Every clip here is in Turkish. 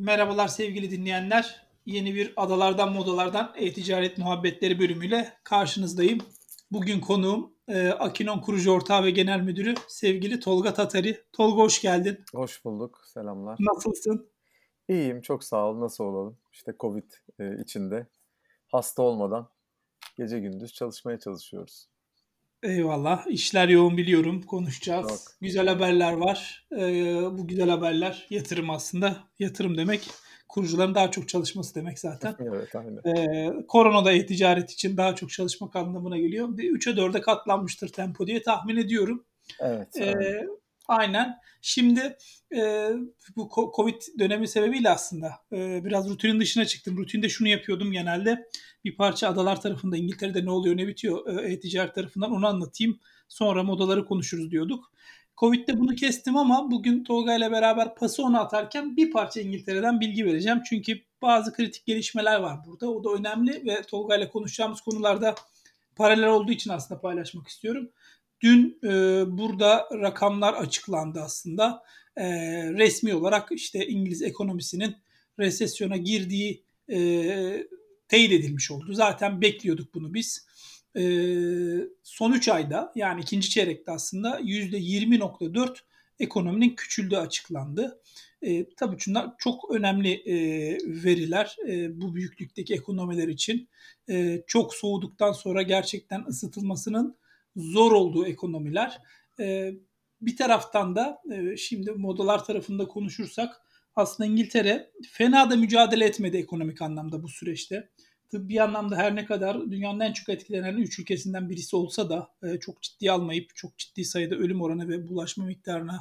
Merhabalar sevgili dinleyenler. Yeni bir Adalardan Modalardan E-Ticaret Muhabbetleri bölümüyle karşınızdayım. Bugün konuğum Akinon Kurucu Ortağı ve Genel Müdürü sevgili Tolga Tatari. Tolga hoş geldin. Hoş bulduk, selamlar. Nasılsın? İyiyim, çok sağ ol. Nasıl olalım? İşte Covid içinde hasta olmadan gece gündüz çalışmaya çalışıyoruz. Eyvallah. İşler yoğun biliyorum. Çok. Konuşacağız. Güzel haberler var. Bu güzel haberler yatırım aslında. Yatırım demek kurucuların daha çok çalışması demek zaten. Evet, aynen. Korona da e-ticaret için daha çok çalışmak anlamına geliyor. Bir 3'e 4'e katlanmıştır tempo diye tahmin ediyorum. Evet, aynen. Ee, aynen. Şimdi e, bu Covid dönemi sebebiyle aslında biraz rutinin dışına çıktım. Rutinde şunu yapıyordum genelde. Bir parça adalar tarafında İngiltere'de ne oluyor ne bitiyor e-ticaret tarafından onu anlatayım. Sonra modaları konuşuruz diyorduk. Covid'de bunu kestim ama bugün Tolga ile beraber pası ona atarken bir parça İngiltere'den bilgi vereceğim. Çünkü bazı kritik gelişmeler var burada. O da önemli ve Tolga ile konuşacağımız konularda paralel olduğu için aslında paylaşmak istiyorum. Dün burada rakamlar açıklandı aslında. Resmi olarak işte İngiliz ekonomisinin resesyona girdiği teyit edilmiş oldu. Zaten bekliyorduk bunu biz. E, son 3 ayda yani ikinci çeyrekte aslında %20,4 ekonominin küçüldüğü açıklandı. Tabii şunlar çok önemli veriler bu büyüklükteki ekonomiler için. Çok soğuduktan sonra gerçekten ısıtılmasının zor olduğu ekonomiler. E, bir taraftan da şimdi modalar tarafında konuşursak aslında İngiltere fena da mücadele etmedi ekonomik anlamda bu süreçte. Tıbbi anlamda her ne kadar dünyanın en çok etkilenen 3 ülkesinden birisi olsa da çok ciddiye almayıp çok ciddi sayıda ölüm oranı ve bulaşma miktarına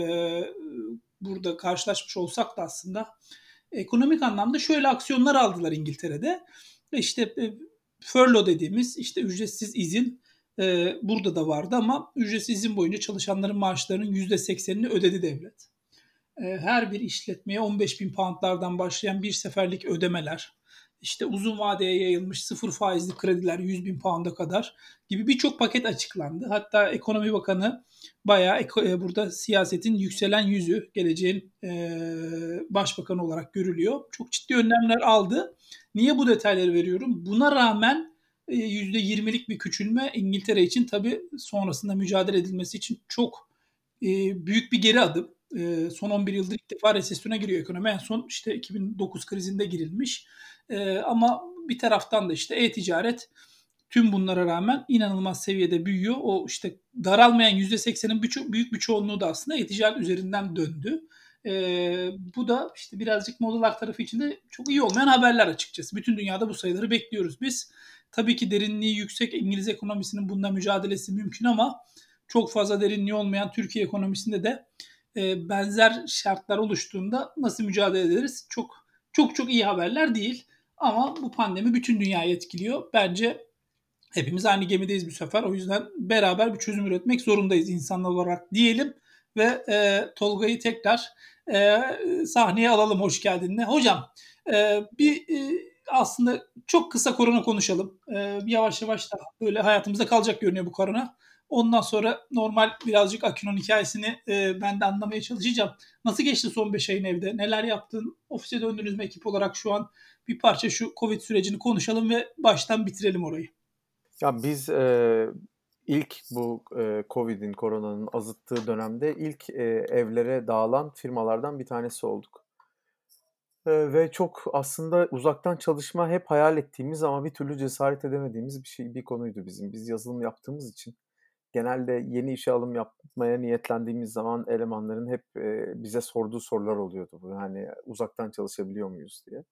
burada karşılaşmış olsak da aslında ekonomik anlamda şöyle aksiyonlar aldılar İngiltere'de. İşte furlough dediğimiz işte ücretsiz izin burada da vardı ama ücretsiz izin boyunca çalışanların maaşlarının %80'ini ödedi devlet. Her bir işletmeye 15 bin poundlardan başlayan bir seferlik ödemeler, işte uzun vadeye yayılmış sıfır faizli krediler 100 bin pound'a kadar gibi birçok paket açıklandı. Hatta Ekonomi Bakanı bayağı burada siyasetin yükselen yüzü, geleceğin başbakanı olarak görülüyor. Çok ciddi önlemler aldı. Niye bu detayları veriyorum? Buna rağmen %20'lik bir küçülme İngiltere için tabii sonrasında mücadele edilmesi için çok büyük bir geri adım. Son 11 yıldır ilk defa resesyona giriyor ekonomi. En son işte 2009 krizinde girilmiş. Ama bir taraftan da işte e-ticaret tüm bunlara rağmen inanılmaz seviyede büyüyor. O işte daralmayan %80'in büyük bir çoğunluğu da aslında e-ticaret üzerinden döndü. Bu da işte birazcık modalar tarafı için de çok iyi olmayan haberler açıkçası. Bütün dünyada bu sayıları bekliyoruz biz. Tabii ki derinliği yüksek İngiliz ekonomisinin bununla mücadelesi mümkün ama çok fazla derinliği olmayan Türkiye ekonomisinde de benzer şartlar oluştuğunda nasıl mücadele ederiz? Çok çok çok iyi haberler değil. Ama bu pandemi bütün dünyayı etkiliyor. Bence hepimiz aynı gemideyiz bu sefer. O yüzden beraber bir çözüm üretmek zorundayız insanlar olarak diyelim. Ve Tolga'yı tekrar sahneye alalım hoş geldinle. Hocam bir aslında çok kısa korona konuşalım. Yavaş yavaş da böyle hayatımızda kalacak görünüyor bu korona. Ondan sonra normal birazcık Akün'ün hikayesini ben de anlamaya çalışacağım. Nasıl geçti son 5 ayın evde? Neler yaptın? Ofise döndünüz mü ekip olarak şu an? Bir parça şu Covid sürecini konuşalım ve baştan bitirelim orayı. Ya biz ilk bu koronanın azıttığı dönemde ilk evlere dağılan firmalardan bir tanesi olduk. Ve çok aslında uzaktan çalışma hep hayal ettiğimiz ama bir türlü cesaret edemediğimiz bir konuydu bizim. Biz yazılım yaptığımız için genelde yeni işe alım yapmaya niyetlendiğimiz zaman elemanların hep bize sorduğu sorular oluyordu. Bu hani uzaktan çalışabiliyor muyuz diye.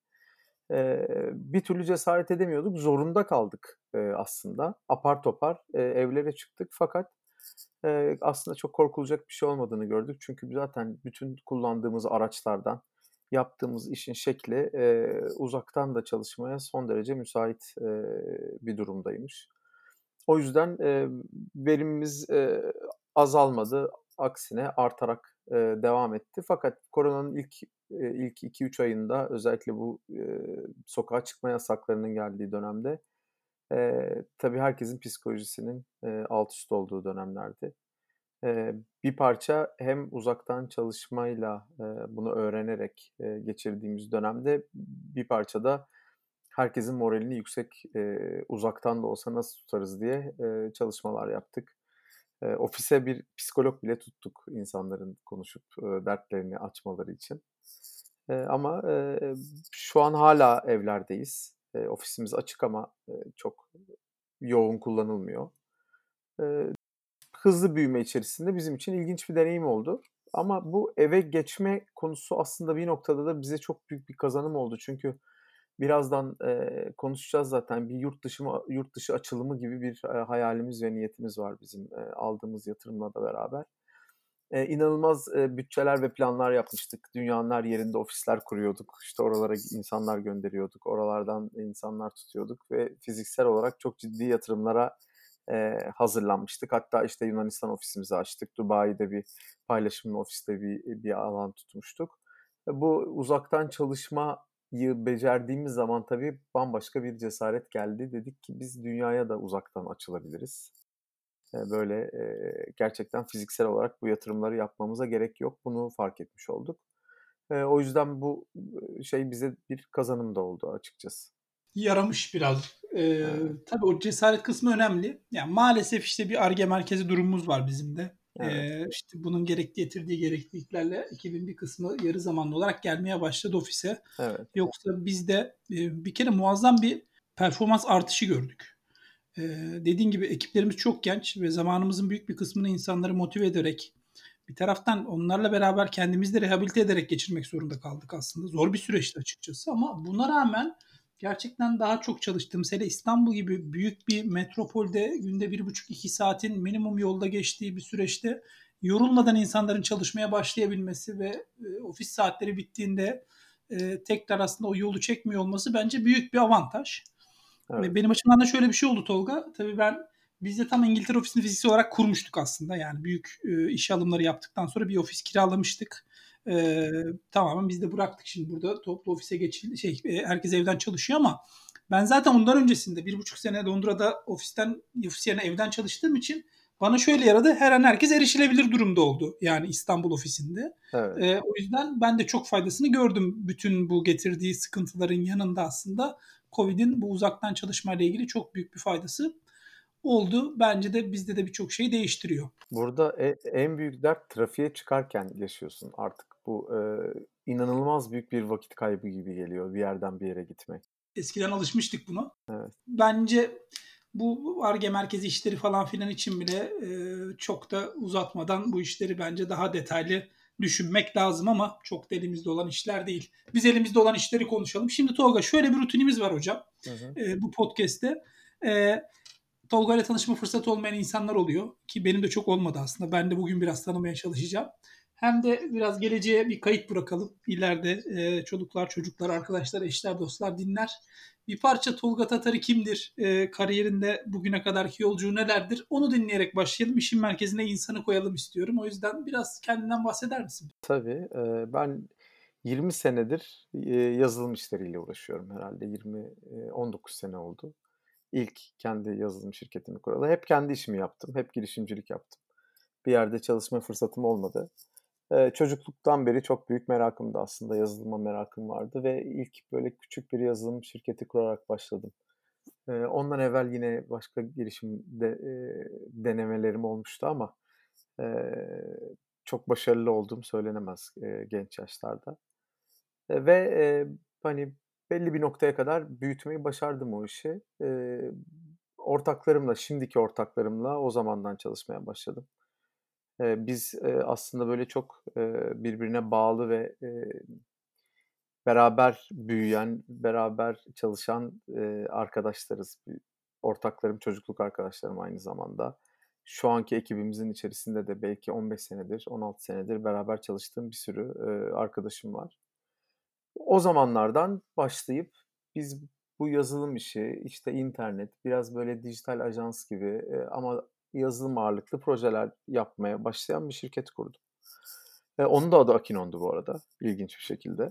Bir türlü cesaret edemiyorduk. Zorunda kaldık aslında. Apar topar evlere çıktık. Fakat aslında çok korkulacak bir şey olmadığını gördük. Çünkü zaten bütün kullandığımız araçlardan yaptığımız işin şekli uzaktan da çalışmaya son derece müsait bir durumdaymış. O yüzden verimimiz azalmadı. Aksine artarak devam etti. Fakat koronanın ilk 2-3 ayında özellikle bu sokağa çıkma yasaklarının geldiği dönemde tabii herkesin psikolojisinin alt üst olduğu dönemlerdi. Bir parça hem uzaktan çalışmayla, bunu öğrenerek, geçirdiğimiz dönemde bir parça da herkesin moralini yüksek, uzaktan da olsa nasıl tutarız diye, çalışmalar yaptık. Ofise bir psikolog bile tuttuk insanların konuşup, dertlerini açmaları için. Ama, şu an hâlâ evlerdeyiz. Ofisimiz açık ama, çok yoğun kullanılmıyor. Eee, Hızlı büyüme içerisinde bizim için ilginç bir deneyim oldu. Ama bu eve geçme konusu aslında bir noktada da bize çok büyük bir kazanım oldu. Çünkü birazdan, konuşacağız zaten. Bir yurt dışı açılımı gibi bir, hayalimiz ve niyetimiz var bizim, aldığımız yatırımla da beraber. İnanılmaz, bütçeler ve planlar yapmıştık. Dünyanın her yerinde ofisler kuruyorduk. İşte, oralara insanlar gönderiyorduk. Oralardan insanlar tutuyorduk ve fiziksel olarak çok ciddi yatırımlara, hazırlanmıştık. Hatta, işte, Yunanistan ofisimizi açtık. Dubai'de bir paylaşımlı ofiste bir alan tutmuştuk. Bu uzaktan çalışmayı becerdiğimiz zaman tabii bambaşka bir cesaret geldi. Dedik ki biz dünyaya da uzaktan açılabiliriz. Böyle, gerçekten fiziksel olarak bu yatırımları yapmamıza gerek yok. Bunu fark etmiş olduk. O yüzden bu, şey bize bir kazanım da oldu açıkçası. Yaramış biraz. Eee, Tabii o cesaret kısmı önemli. Yani maalesef işte bir Ar-Ge merkezi durumumuz var bizim de. evet, İşte bunun getirdiği gerekliliklerle ekibin bir kısmı yarı zamanlı olarak gelmeye başladı ofise. evet, Yoksa biz de bir kere muazzam bir performans artışı gördük. Dediğin gibi ekiplerimiz çok genç ve zamanımızın büyük bir kısmını insanları motive ederek, bir taraftan onlarla beraber kendimizi de rehabilite ederek geçirmek zorunda kaldık aslında. Zor bir süreçti açıkçası ama buna rağmen gerçekten daha çok çalıştığımız, hele İstanbul gibi büyük bir metropolde günde 1,5-2 saatin minimum yolda geçtiği bir süreçte yorulmadan insanların çalışmaya başlayabilmesi ve ofis saatleri bittiğinde tekrar aslında o yolu çekmiyor olması bence büyük bir avantaj. evet, Benim açımdan da şöyle bir şey oldu Tolga. Tabii biz de tam İngiltere ofisini fiziksel olarak kurmuştuk aslında. Yani büyük iş alımları yaptıktan sonra bir ofis kiralamıştık. Tamamen biz de bıraktık, şimdi burada toplu ofise geçildi. Herkes evden çalışıyor ama ben zaten ondan öncesinde 1,5 sene Londra'da ofis yerine evden çalıştığım için bana şöyle yaradı. Her an herkes erişilebilir durumda oldu. Yani İstanbul ofisinde. evet. O yüzden ben de çok faydasını gördüm. Bütün bu getirdiği sıkıntıların yanında aslında Covid'in bu uzaktan çalışma ile ilgili çok büyük bir faydası oldu. Bence de bizde de birçok şeyi değiştiriyor. Burada en büyük dert trafiğe çıkarken yaşıyorsun artık. Bu, inanılmaz büyük bir vakit kaybı gibi geliyor bir yerden bir yere gitmek. Eskiden alışmıştık buna. Evet, Bence bu Ar-Ge merkezi işleri falan filan için bile çok da uzatmadan bu işleri bence daha detaylı düşünmek lazım ama çok da elimizde olan işler değil. Biz elimizde olan işleri konuşalım. Şimdi Tolga, şöyle bir rutinimiz var hocam, hı hı. bu podcast'te. E, Tolga ile tanışma fırsatı olmayan insanlar oluyor ki benim de çok olmadı aslında. Ben de bugün biraz tanımaya çalışacağım. Hem de biraz geleceğe bir kayıt bırakalım. İleride çocuklar, arkadaşlar, eşler, dostlar dinler. Bir parça Tolga Tatar'ı kimdir? Kariyerinde bugüne kadarki yolculuğu nelerdir? Onu dinleyerek başlayalım. İşin merkezine insanı koyalım istiyorum. O yüzden biraz kendinden bahseder misin? Tabii, ben 20 senedir, yazılım işleriyle uğraşıyorum herhâlde. 19 sene oldu. İlk kendi yazılım şirketimi kuralı. Hep kendi işimi yaptım, hep girişimcilik yaptım. Bir yerde çalışma fırsatım olmadı. Çocukluktan beri çok büyük merakımdı aslında, yazılıma merakım vardı ve ilk böyle küçük bir yazılım şirketi kurarak başladım. Ondan evvel yine başka denemelerim olmuştu ama, eee, çok başarılı olduğum söylenemez, genç yaşlarda. Ve, hani, belli bir noktaya kadar büyütmeyi başardım o işi. Şimdiki ortaklarımla o zamandan çalışmaya başladım. Biz, aslında böyle çok, birbirine bağlı ve, beraber büyüyen, beraber çalışan, arkadaşlarız. Ortaklarım, çocukluk arkadaşlarım aynı zamanda. Şu anki ekibimizin içerisinde de belki 15 senedir, 16 senedir beraber çalıştığım bir sürü, arkadaşım var. O zamanlardan başlayıp biz bu yazılım işi, işte, internet, biraz böyle dijital ajans gibi, ama yazılım ağırlıklı projeler yapmaya başlayan bir şirket kurdum. Onun da adı Akinon'du bu arada ilginç bir şekilde.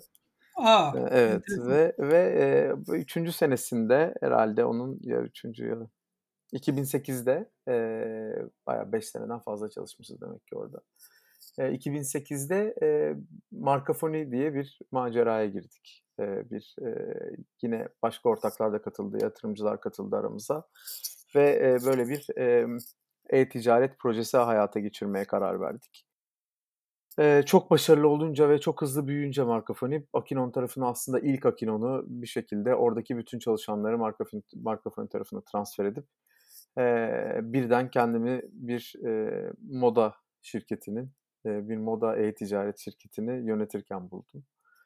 Evet Enteresan. ve bu 3. senesinde herhâlde onun ya 3. ya 2008'de bayağı 5 seneden fazla çalışmışız demek ki orada. 2008'de Marcafoni diye bir maceraya girdik. Yine başka ortaklar da katıldı, yatırımcılar katıldı aramıza ve böyle bir e-ticaret projesi hayata geçirmeye karar verdik. Çok başarılı olunca ve çok hızlı büyüyünce Marcafoni, Akinon tarafına aslında ilk Akinon'u bir şekilde oradaki bütün çalışanları Marcafoni tarafına transfer edip birden kendimi bir moda şirketinin, bir moda e-ticaret şirketini yönetirken buldum.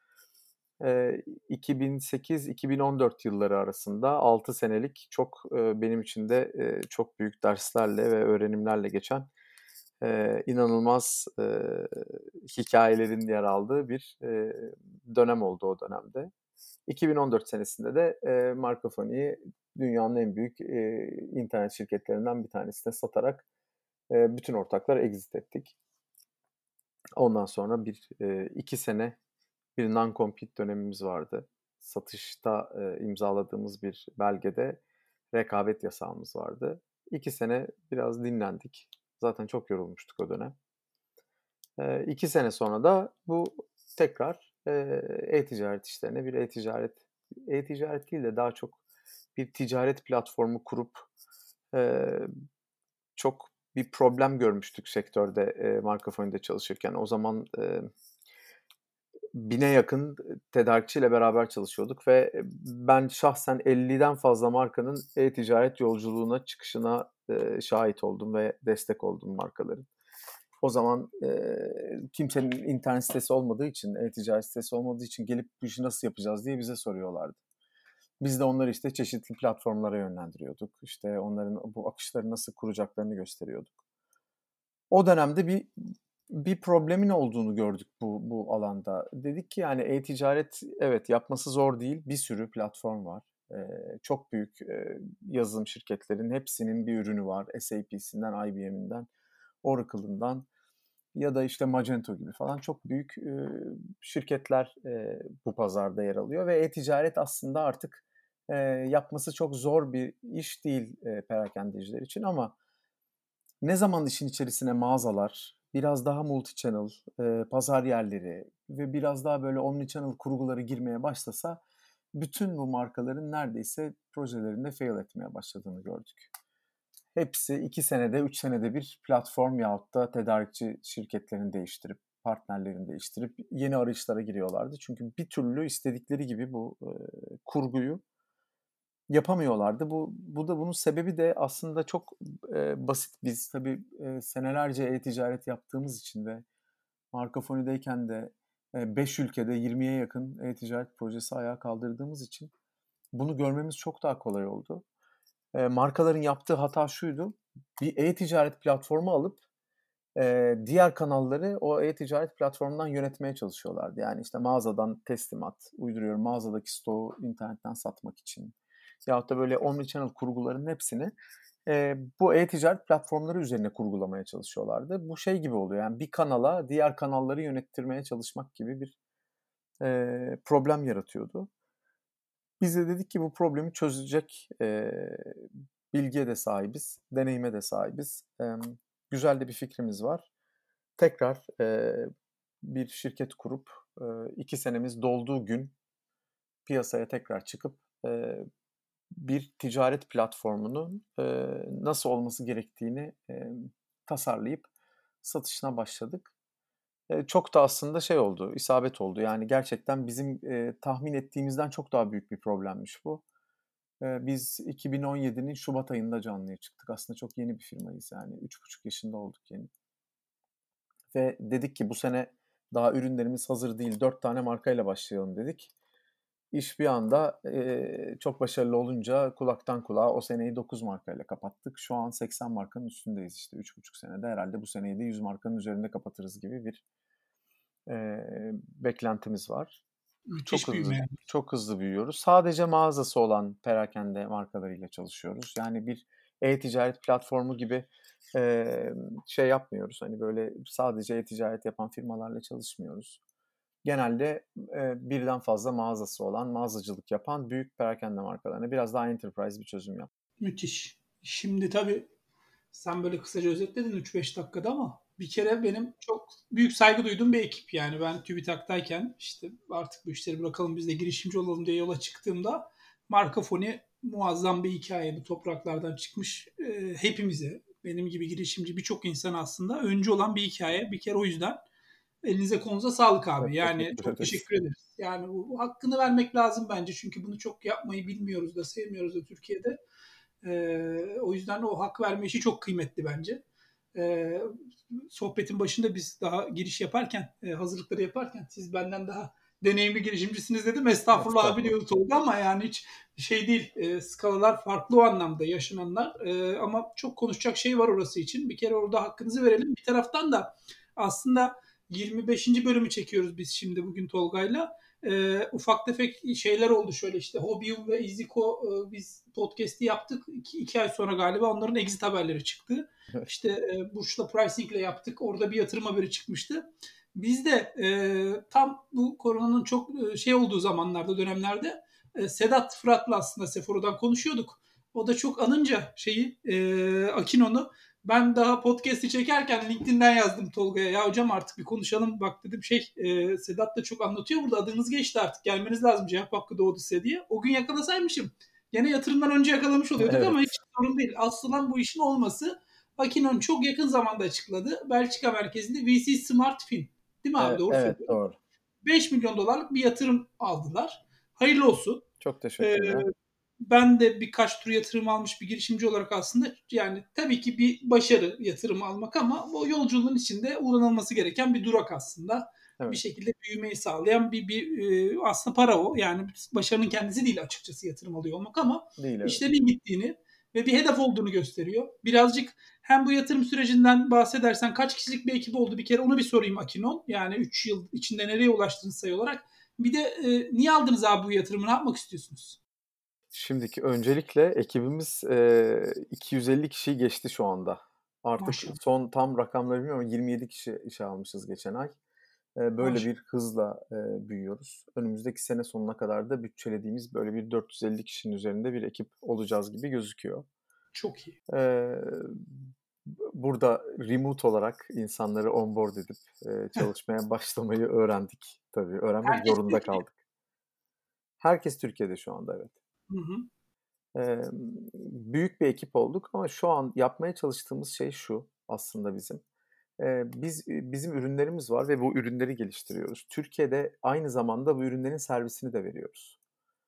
2008-2014 yılları arasında 6 senelik çok, benim için de, çok büyük derslerle ve öğrenimlerle geçen, inanılmaz, hikâyelerin yer aldığı bir, dönem oldu o dönemde. 2014 senesinde de, Marcafoni'yi dünyanın en büyük, internet şirketlerinden bir tanesine satarak, bütün ortakları exit ettik. Ondan sonra 2 sene bir non-compete dönemimiz vardı. Satışta, imzaladığımız bir belgede rekabet yasağımız vardı. 2 sene biraz dinlendik. Zaten çok yorulmuştuk o dönem. 2 sene sonra da bu tekrar, e-ticaret işlerine bir e-ticaret değil de daha çok bir ticaret platformu kurup, eee, çok bir problem görmüştük sektörde, Marcafoni'de çalışırken. O zaman, 1000'e yakın tedarikçiyle beraber çalışıyorduk ve ben şahsen 50'den fazla markanın e-ticaret yolculuğuna çıkışına, şahit oldum ve destek oldum markaların. O zaman, kimsenin internet sitesi olmadığı için, e-ticaret sitesi olmadığı için gelip bu işi nasıl yapacağız diye bize soruyorlardı. Biz de onları işte çeşitli platformlara yönlendiriyorduk. İşte onların bu akışları nasıl kuracaklarını gösteriyorduk. O dönemde bir problemin olduğunu gördük bu alanda. Dedik ki yani e-ticaret evet yapması zor değil. Bir sürü platform var. Çok büyük yazılım şirketlerin hepsinin bir ürünü var. SAP'sinden, IBM'inden, Oracle'ından ya da işte Magento gibi falan çok büyük şirketler bu pazarda yer alıyor ve e-ticaret aslında artık yapması çok zor bir iş değil perakendeciler için ama ne zaman işin içerisine mağazalar, biraz daha multi-channel, pazar yerleri ve biraz daha böyle omni-channel kurguları girmeye başlasa bütün bu markaların neredeyse projelerinde fail etmeye başladığını gördük. Hepsi 2 senede, 3 senede bir platform yahut da tedarikçi şirketlerini değiştirip, partnerlerini değiştirip yeni arayışlara giriyorlardı. Çünkü bir türlü istedikleri gibi bu kurguyu yapamıyorlardı. Bunun sebebi de aslında çok basit. Biz tabii senelerce e-ticaret yaptığımız için ve Marcafoni'deyken de 5 ülkede 20'ye yakın e-ticaret projesi ayağa kaldırdığımız için bunu görmemiz çok daha kolay oldu. Markaların yaptığı hata şuydu. Bir e-ticaret platformu alıp diğer kanalları o e-ticaret platformundan yönetmeye çalışıyorlardı. Yani işte mağazadan teslimat, uyduruyorum mağazadaki stoğu internetten satmak için. Yahut da böyle omnichannel kurguların hepsini bu e-ticaret platformları üzerine kurgulamaya çalışıyorlardı. Bu şey gibi oluyor yani bir kanala diğer kanalları yönettirmeye çalışmak gibi bir problem yaratıyordu. Biz de dedik ki bu problemi çözecek bilgiye de sahibiz, deneyime de sahibiz. Güzel de bir fikrimiz var. Tekrar bir şirket kurup 2 senemiz dolduğu gün piyasaya tekrar çıkıp bir ticaret platformunun nasıl olması gerektiğini tasarlayıp satışına başladık. Çok da aslında şey oldu, isabet oldu. Yani gerçekten bizim tahmin ettiğimizden çok daha büyük bir problemmiş bu. Biz 2017'nin şubat ayında canlıya çıktık. Aslında çok yeni bir firmayız yani 3,5 yaşında olduk yeni. Ve dedik ki bu sene daha ürünlerimiz hazır değil. 4 tane markayla başlayalım dedik. İş bir anda çok başarılı olunca kulaktan kulağa o seneyi 9 markayla kapattık. Şu an 80 markanın üstündeyiz işte 3,5 senede. Herhalde bu seneyi de 100 markanın üzerinde kapatırız gibi bir beklentimiz var. Çok Müthiş büyüme hızlı yani. çok hızlı büyüyoruz. Sadece mağazası olan perakende markalarıyla çalışıyoruz. Yani bir e-ticaret platformu gibi şey yapmıyoruz. Hani böyle sadece e-ticaret yapan firmalarla çalışmıyoruz. Genelde birden fazla mağazası olan, mağazacılık yapan büyük perakende markalarına biraz daha enterprise bir çözüm yapıyoruz. Müthiş. Şimdi tabii sen böyle kısaca özetledin 3-5 dakikada ama bir kere benim çok büyük saygı duyduğum bir ekip. Yani ben TÜBİTAK'tayken işte artık bu işleri bırakalım biz de girişimci olalım diye yola çıktığımda Marka Foni muazzam bir hikaye. Bu topraklardan çıkmış hepimize, benim gibi girişimci birçok insan aslında öncü olan bir hikaye. Bir kere o yüzden elinize kolunuza sağlık abi. Çok Yani teşekkür çok ederiz. teşekkür ederiz. Yani bu hakkını vermek lazım bence. Çünkü bunu çok yapmayı bilmiyoruz da sevmiyoruz da Türkiye'de. O yüzden o hak verme işi çok kıymetli bence. Ee, Sohbetin başında biz daha giriş yaparken, hazırlıkları yaparken siz benden daha deneyimli girişimcisiniz dedim. Estağfurullah abi Estağfurullah. diyordu Tolga ama yani hiç şey değil. Skalalar farklı o anlamda yaşananlar. Ama çok konuşacak şey var orası için. Bir kere orada hakkınızı verelim. Bir taraftan da aslında 25. bölümü çekiyoruz biz şimdi bugün Tolga'yla. Ufak tefek şeyler oldu şöyle işte Hobium ve Iziko biz podcast'i yaptık. 2 ay sonra galiba onların exit haberleri çıktı. İşte Burç'la Pricing'le yaptık. Orada bir yatırım haberi çıkmıştı. Biz de tam bu koronanın çok şey olduğu zamanlarda, dönemlerde Sedat Fırat'la aslında Sephora'dan konuşuyorduk. O da çok anınca şeyi Akino'nu ben daha podcast'i çekerken LinkedIn'den yazdım Tolga'ya. Ya hocam artık bir konuşalım. Bak dedim Sedat da çok anlatıyor burada. Adınız geçti artık. Gelmeniz lazım. Cevap hakkı doğdu size diye. O gün yakalasaymışım. Gene yatırımdan önce yakalamış oluyorduk ama Evet. hiç sorun değil. Asıl olan bu işin olması. Akinon çok yakın zamanda açıkladı. Belçika merkezli VC Smart Fin. Değil mi abi? Doğru Evet, söylüyorum. doğru. 5 milyon dolarlık bir yatırım aldılar. Hayırlı olsun. Çok Ee, teşekkürler. Ben de birkaç tur yatırım almış bir girişimci olarak aslında yani tabii ki bir başarı yatırım almak ama o yolculuğun içinde uğranılması gereken bir durak aslında. Bir Evet, şekilde büyümeyi sağlayan aslında para o. Yani başarının kendisi değil açıkçası yatırım alıyor olmak ama değil evet. işlerin gittiğini ve bir hedef olduğunu gösteriyor. Birazcık hem bu yatırım sürecinden bahsedersen kaç kişilik bir ekip oldu bir kere onu bir sorayım Akinon. Yani 3 yıl içinde nereye ulaştınız sayı olarak. Bir de niye aldınız abi bu yatırımı ne yapmak istiyorsunuz? Şimdiki öncelikle ekibimiz 250 kişiyi geçti şu anda. Artık Maşallah. son tam rakamları bilmiyorum ama 27 kişi işe almışız geçen ay. Böyle Maşallah. bir hızla büyüyoruz. Önümüzdeki sene sonuna kadar da bütçelediğimiz böyle bir 450 kişinin üzerinde bir ekip olacağız gibi gözüküyor. Çok iyi. Eee, Burada remote olarak insanları onboard edip çalışmaya başlamayı öğrendik tabii. Öğrenmek Herkes zorunda Türkiye. kaldık. Herkes Türkiye'de şu anda, evet. Hı hı. Büyük bir ekip olduk ama şu an yapmaya çalıştığımız şey şu aslında bizim. Bizim ürünlerimiz var ve bu ürünleri geliştiriyoruz. Türkiye'de aynı zamanda bu ürünlerin servisini de veriyoruz.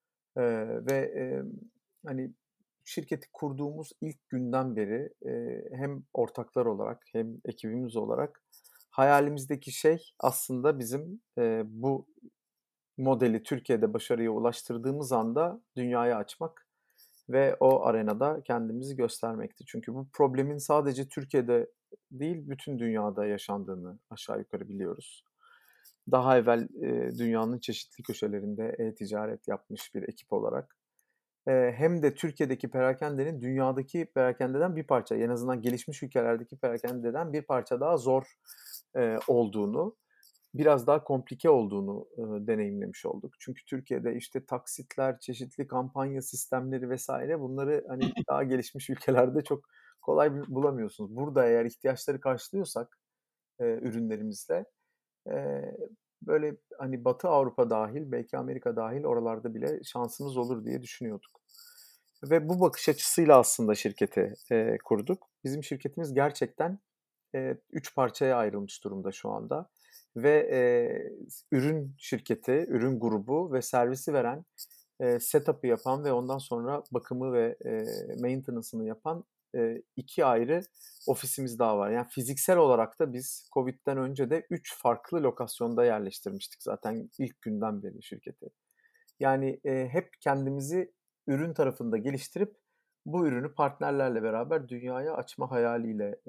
Ve hani şirketi kurduğumuz ilk günden beri hem ortaklar olarak hem ekibimiz olarak hayalimizdeki şey aslında bizim bu modeli Türkiye'de başarıya ulaştırdığımız anda dünyaya açmak ve o arenada kendimizi göstermekti. Çünkü bu problemin sadece Türkiye'de değil, bütün dünyada yaşandığını aşağı yukarı biliyoruz. Daha evvel dünyanın çeşitli köşelerinde e-ticaret yapmış bir ekip olarak hem de Türkiye'deki perakendinin dünyadaki perakendeden bir parça, en azından gelişmiş ülkelerdeki perakendeden bir parça daha zor olduğunu, biraz daha komplike olduğunu deneyimlemiş olduk. Çünkü Türkiye'de işte taksitler, çeşitli kampanya sistemleri vesaire bunları hani daha gelişmiş ülkelerde çok kolay bulamıyorsunuz. Burada eğer ihtiyaçları karşılıyorsak ürünlerimizle eee, böyle hani Batı Avrupa dahil, belki Amerika dahil oralarda bile şansımız olur diye düşünüyorduk. Ve bu bakış açısıyla aslında şirketi kurduk. Bizim şirketimiz gerçekten 3 parçaya ayrılmış durumda şu anda ve ürün şirketi, ürün grubu ve servisi veren, setup'ı yapan ve ondan sonra bakımı ve maintenance'ını yapan 2 ayrı ofisimiz daha var. Yani fiziksel olarak da biz COVID'den önce de 3 farklı lokasyonda yerleştirmiştik zaten ilk günden beri şirketi. Yani hep kendimizi ürün tarafında geliştirip bu ürünü partnerlerle beraber dünyaya açma hayaliyle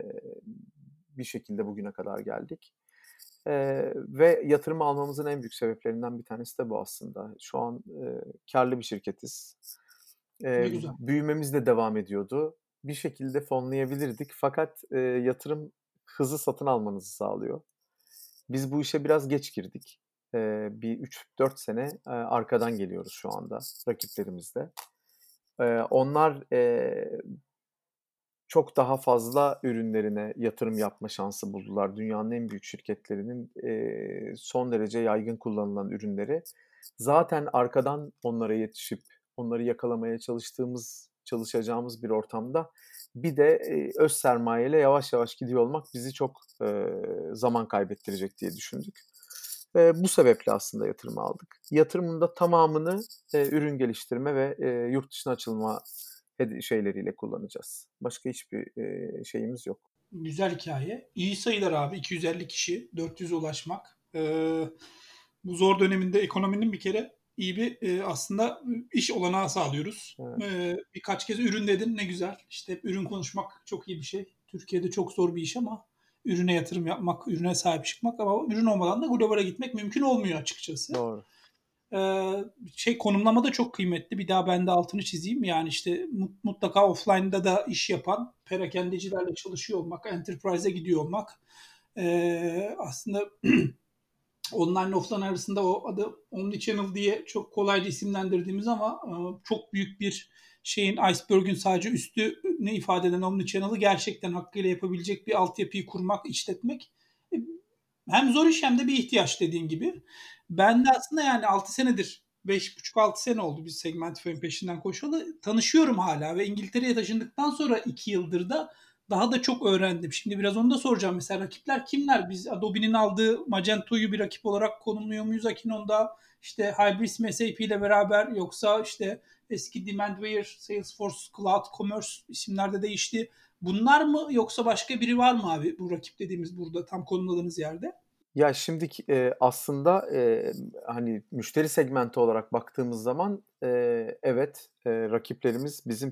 bir şekilde bugüne kadar geldik. Ve yatırım almamızın en büyük sebeplerinden bir tanesi de bu aslında. Şu an kârlı bir şirketiz. Ne güzel. Büyümemiz de devam ediyordu. Bir şekilde fonlayabilirdik fakat yatırım hızlı satın almanızı sağlıyor. Biz bu işe biraz geç girdik. Bir 3-4 sene arkadan geliyoruz şu anda rakiplerimizle. Onlar çok daha fazla ürünlerine yatırım yapma şansı buldular. Dünyanın en büyük şirketlerinin, son derece yaygın kullanılan ürünleri. Zaten arkadan onlara yetişip onları yakalamaya çalışacağımız bir ortamda bir de, öz sermayeyle yavaş yavaş gidiyor olmak bizi çok, zaman kaybettirecek diye düşündük. Bu sebeple aslında yatırım aldık. Yatırımın da tamamını, ürün geliştirme ve, yurt dışına açılma şeyleriyle kullanacağız. Başka hiçbir, şeyimiz yok. Güzel hikaye. İyi sayılar abi. 250 kişi, 400'e ulaşmak. Bu zor döneminde ekonominin bir kere iyi bir aslında iş olanağı sağlıyoruz. Evet, Birkaç kez ürün dedin, ne güzel. İşte hep ürün konuşmak çok iyi bir şey. Türkiye'de çok zor bir iş ama ürüne yatırım yapmak, ürüne sahip çıkmak, ama ürün olmadan da globale gitmek mümkün olmuyor açıkçası. doğru. Konumlama da çok kıymetli. Bir daha ben de altını çizeyim. Yani işte mutlaka offline'da da iş yapan, perakendecilerle çalışıyor olmak, enterprise'e gidiyor olmak. Aslında online offline arasında o adı omnichannel diye çok kolayca isimlendirdiğimiz ama çok büyük bir şeyin, iceberg'ün sadece üstünü ifade eden omnichannel'ı gerçekten hakkıyla yapabilecek bir altyapıyı kurmak, işletmek e, hem zor iş hem de bir ihtiyaç, dediğin gibi. Ben de aslında yani 6 senedir, 5,5-6 sene oldu biz Segmentify'ın peşinden koşalı. Tanışıyorum hala ve İngiltere'ye taşındıktan sonra 2 yıldır da daha da çok öğrendim. Şimdi biraz onu da soracağım. Mesela rakipler kimler? Biz Adobe'nin aldığı Magento'yu bir rakip olarak konumluyor muyuz Akinon'da? İşte Hybris mi SAP ile beraber, yoksa işte eski Demandware, Salesforce, Cloud Commerce isimler de değişti. Bunlar mı, yoksa başka biri var mı abi, bu rakip dediğimiz burada tam konumladığınız yerde? Ya, şimdiki, aslında, hani, müşteri segmenti olarak baktığımız zaman, evet, rakiplerimiz bizim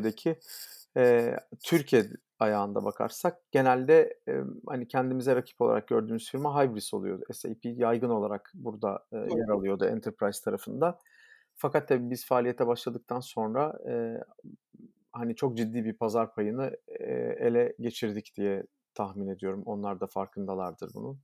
Türkiye ayağında bakarsak genelde, hani, kendimize rakip olarak gördüğümüz firma Hybris oluyor. SAP yaygın olarak burada, yer Doğru. alıyordu enterprise tarafında. Fakat tabii biz faaliyete başladıktan sonra, hani, çok ciddi bir pazar payını, ele geçirdik diye tahmin ediyorum. Onlar da farkındalardır bunun.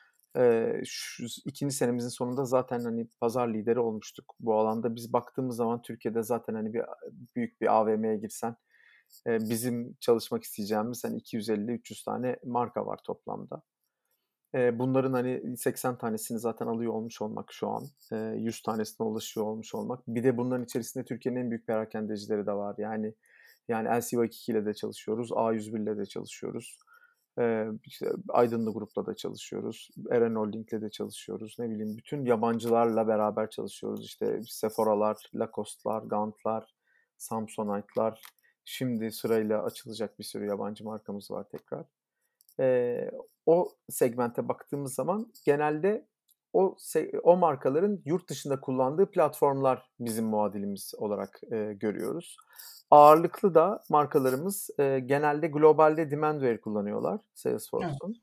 Şu 2. senemizin sonunda zaten, hani, pazar lideri olmuştuk. Bu alanda biz baktığımız zaman Türkiye'de zaten, hani, büyük bir AVM'ye girsen, bizim çalışmak isteyeceğimiz, hani, 250-300 tane marka var toplamda. Bunların, hani, 80 tanesini zaten alıyor olmuş olmak şu an, 100 tanesine ulaşıyor olmuş olmak. Bir de bunların içerisinde Türkiye'nin en büyük perakendecileri de var. Yani LC-Waikiki ile de çalışıyoruz, A101 ile de çalışıyoruz. İşte, Aydınlı Grup'la da çalışıyoruz, Eren Holding'le de çalışıyoruz. Ne bileyim, bütün yabancılarla beraber çalışıyoruz. İşte, Sephora'lar, Lacoste'lar, Gant'lar, Samsonite'lar. Şimdi sırayla açılacak bir sürü yabancı markamız var tekrar. Eee, O segmente baktığımız zaman genelde o markaların yurt dışında kullandığı platformlar bizim muadilimiz olarak, görüyoruz. Ağırlıklı da markalarımız, genelde globalde Demandware kullanıyorlar Evet. Salesforce'un,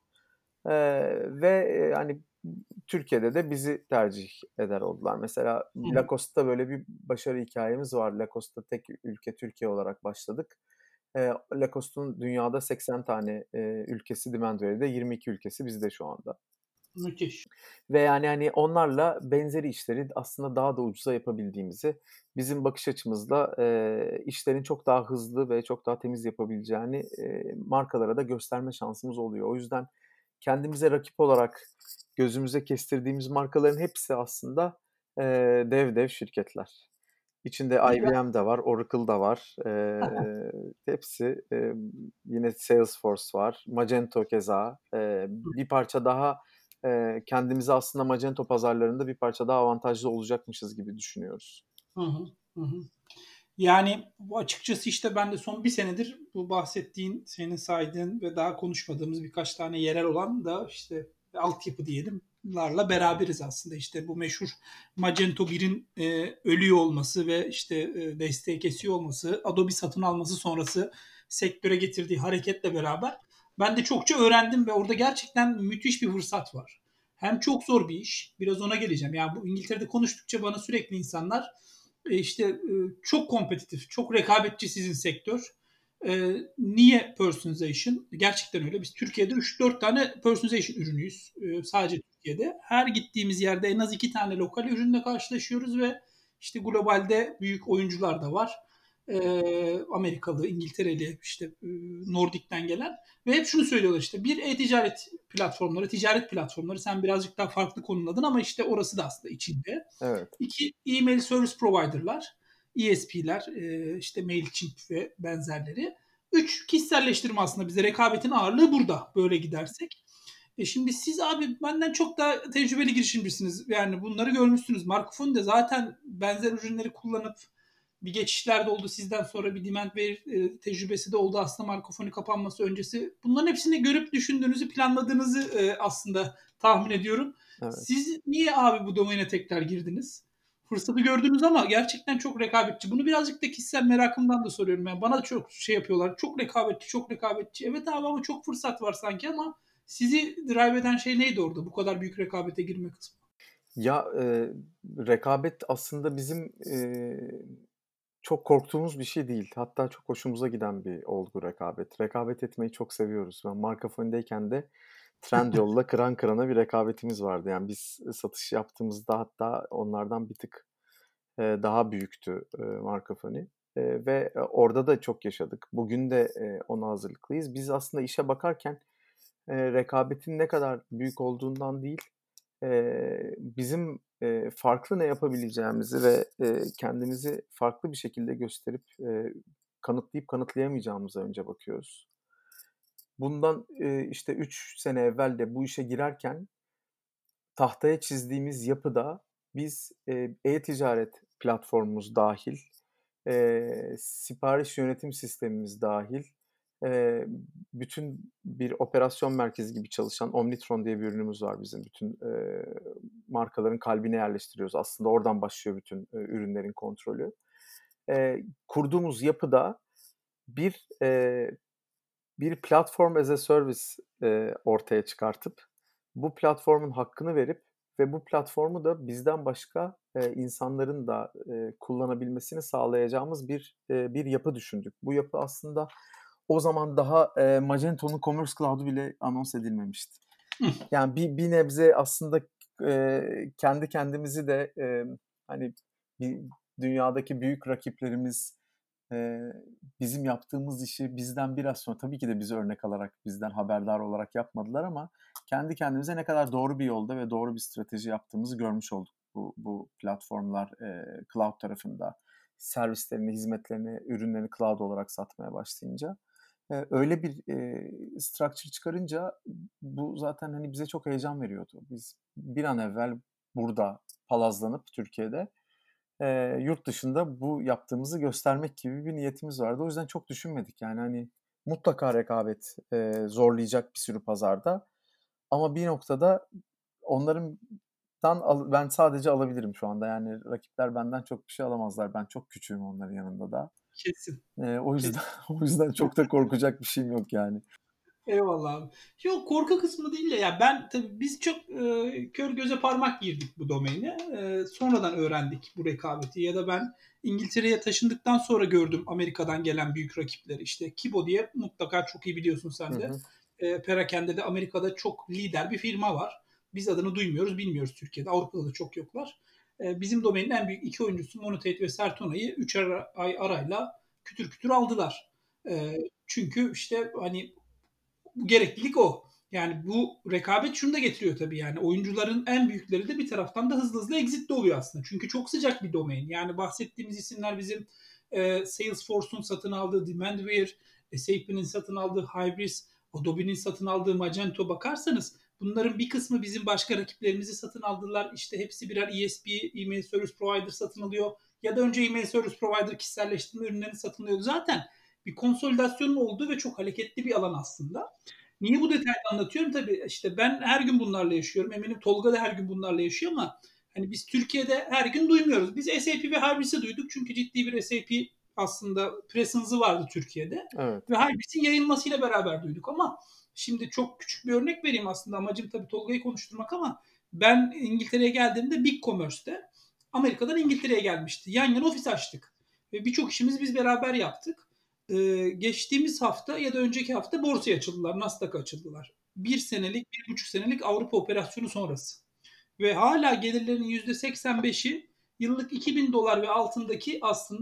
ve, hani, Türkiye'de de bizi tercih eder oldular. Mesela Hı hı. Lacoste'da böyle bir başarı hikâyemiz var. Lacoste'da tek ülke Türkiye olarak başladık. Lacoste'un dünyada 80 tane, ülkesi Demandware'de, 22 ülkesi bizde şu anda. Müthiş. Ve yani, hani, onlarla benzeri işleri aslında daha da ucuza yapabildiğimizi, bizim bakış açımızla, işlerin çok daha hızlı ve çok daha temiz yapabileceğini, markalara da gösterme şansımız oluyor. O yüzden kendimize rakip olarak gözümüze kestirdiğimiz markaların hepsi aslında, dev dev şirketler. İçinde Bir de ben IBM de var, Oracle da var. Hepsi, yine Salesforce var, Magento keza. Bir parça daha, kendimizi aslında Magento pazarlarında bir parça daha avantajlı olacakmışız gibi düşünüyoruz. Hı hı. Hı hı. Yani bu açıkçası işte ben de son bir senedir bu bahsettiğin, senin saydığın ve daha konuşmadığımız birkaç tane yerel olan da işte altyapı diyelim larla beraberiz aslında. İşte bu meşhur Magento 1'in ölüyor olması ve işte desteği kesiyor olması, Adobe satın alması sonrası sektöre getirdiği hareketle beraber ben de çokça öğrendim ve orada gerçekten müthiş bir fırsat var. Hem çok zor bir iş, biraz ona geleceğim. Yani bu İngiltere'de konuştukça bana sürekli insanlar işte çok kompetitif, çok rekabetçi sizin sektör. Niye personalization? Gerçekten öyle. Biz Türkiye'de 3-4 tane personalization ürünüyüz. Sadece Türkiye'de. Her gittiğimiz yerde en az 2 tane lokal ürünle karşılaşıyoruz ve işte globalde büyük oyuncular da var. Amerikalı, İngiltereli, işte Nordic'ten gelen ve hep şunu söylüyorlar işte bir e-ticaret platformları, ticaret platformları sen birazcık daha farklı konumladın ama işte orası da aslında içinde. Evet. İki, e-mail service provider'lar, ESP'ler, işte Mailchimp ve benzerleri. Üç, kişiselleştirme aslında bize rekabetin ağırlığı burada böyle gidersek. Şimdi siz abi benden çok daha tecrübeli girişimcisiniz. Yani bunları görmüşsünüz. Markofon da zaten benzer ürünleri kullanıp bir geçişler de oldu. Sizden sonra bir Demandware tecrübesi de oldu aslında Markofoni kapanması öncesi. Bunların hepsini görüp düşündüğünüzü, planladığınızı aslında tahmin ediyorum. Evet. Siz niye abi bu domaine tekrar girdiniz? Fırsatı gördünüz ama gerçekten çok rekabetçi. Bunu birazcık da kişisel merakımdan da soruyorum. Yani bana da çok şey yapıyorlar. Çok rekabetçi, çok rekabetçi. Evet abi ama çok fırsat var sanki ama sizi drive eden şey neydi orada? Bu kadar büyük rekabete girme kısmı. Ya, rekabet aslında bizim, çok korktuğumuz bir şey değil. Hatta çok hoşumuza giden bir olgu rekabet. Rekabet etmeyi çok seviyoruz. Ben Markafon'dayken de Trendyol'la kıran kırana bir rekabetimiz vardı. Yani biz satış yaptığımızda hatta onlardan bir tık, daha büyüktü, Markafoni, ve orada da çok yaşadık. Bugün de, ona hazırlıklıyız. Biz aslında işe bakarken, rekabetin ne kadar büyük olduğundan değil, bizim, farklı ne yapabileceğimizi ve, kendimizi farklı bir şekilde gösterip, kanıtlayıp kanıtlayamayacağımıza önce bakıyoruz. Bundan, işte 3 sene evvel de bu işe girerken tahtaya çizdiğimiz yapıda biz, e-ticaret platformumuz dâhil, sipariş yönetim sistemimiz dâhil, eee, bütün bir operasyon merkezi gibi çalışan Omnitron diye bir ürünümüz var bizim. Bütün, markaların kalbine yerleştiriyoruz. Aslında oradan başlıyor bütün, ürünlerin kontrolü. Kurduğumuz yapıda bir, bir platform as a service, ortaya çıkartıp bu platformun hakkını verip ve bu platformu da bizden başka, insanların da, kullanabilmesini sağlayacağımız bir yapı düşündük. Bu yapı aslında o zaman daha, Magento'nun Commerce Cloud'u bile anons edilmemişti. Hı. Yani bir nebze aslında, kendi kendimizi de, hani, bir dünyadaki büyük rakiplerimiz, eee, bizim yaptığımız işi bizden biraz sonra tabii ki de bizi örnek alarak, bizden haberdar olarak yapmadılar ama kendi kendimize ne kadar doğru bir yolda ve doğru bir strateji yaptığımızı görmüş olduk bu platformlar, cloud tarafında servislerini, hizmetlerini, ürünlerini cloud olarak satmaya başlayınca. Öyle bir, structure çıkarınca bu zaten, hani, bize çok heyecan veriyordu. Biz bir an evvel burada palazlanıp Türkiye'de, yurt dışında bu yaptığımızı göstermek gibi bir niyetimiz vardı. O yüzden çok düşünmedik. Yani, hani, mutlaka rekabet, zorlayacak bir sürü pazarda ama bir noktada ben sadece alabilirim şu anda. Yani rakipler benden çok bir şey alamazlar. Ben çok küçüğüm onların yanında da. Kesin. O yüzden Kesin. o yüzden çok da korkacak bir şeyim yok yani. Eyvallah abi. Yok korku kısmı değil de ya ben tabii biz çok kör göze parmak girdik bu domaine. Sonradan öğrendik bu rekabeti ya da ben İngiltere'ye taşındıktan sonra gördüm Amerika'dan gelen büyük rakipleri. İşte Kibo diye mutlaka çok iyi biliyorsun Hı sen de. hı. Perakende de Amerika'da çok lider bir firma var. Biz adını duymuyoruz, bilmiyoruz Türkiye'de. Avrupa'da da çok yoklar. Bizim domainin en büyük iki oyuncusu Monotate ve Sertona'yı 3 ay arayla kütür kütür aldılar. Çünkü işte hani bu gereklilik o. Yani bu rekabet şunu da getiriyor tabii yani oyuncuların en büyükleri de bir taraftan da hızlı hızlı exit de oluyor aslında. Çünkü çok sıcak bir domain. Yani bahsettiğimiz isimler bizim Salesforce'un satın aldığı Demandware, SAP'nin satın aldığı Hybris, Adobe'nin satın aldığı Magento bakarsanız bunların bir kısmı bizim başka rakiplerimizi satın aldılar. İşte hepsi birer ESP, e-mail service provider satın alıyor. Ya da önce e-mail service provider kişiselleştirme ürünlerini satın alıyordu. Zaten bir konsolidasyonun olduğu ve çok hareketli bir alan aslında. Niye bu detaylı anlatıyorum? Tabii işte ben her gün bunlarla yaşıyorum. Eminim Tolga da her gün bunlarla yaşıyor ama hani biz Türkiye'de her gün duymuyoruz. Biz SAP ve Hybris'i duyduk çünkü ciddi bir SAP aslında presence'ı vardı Türkiye'de. Evet. Ve Hybris'in yayılmasıyla beraber duyduk ama şimdi çok küçük bir örnek vereyim aslında. Amacım tabii Tolga'yı konuşturmak ama ben İngiltere'ye geldiğimde Big Commerce'te Amerika'dan İngiltere'ye gelmişti. Yan yana ofis açtık. Ve birçok işimiz biz beraber yaptık. Geçtiğimiz hafta ya da önceki hafta borsaya açıldılar, Nasdaq açıldılar. Bir senelik, 1,5 senelik Avrupa operasyonu sonrası. Ve hala gelirlerinin %85'i yıllık 2.000 dolar ve altındaki aslında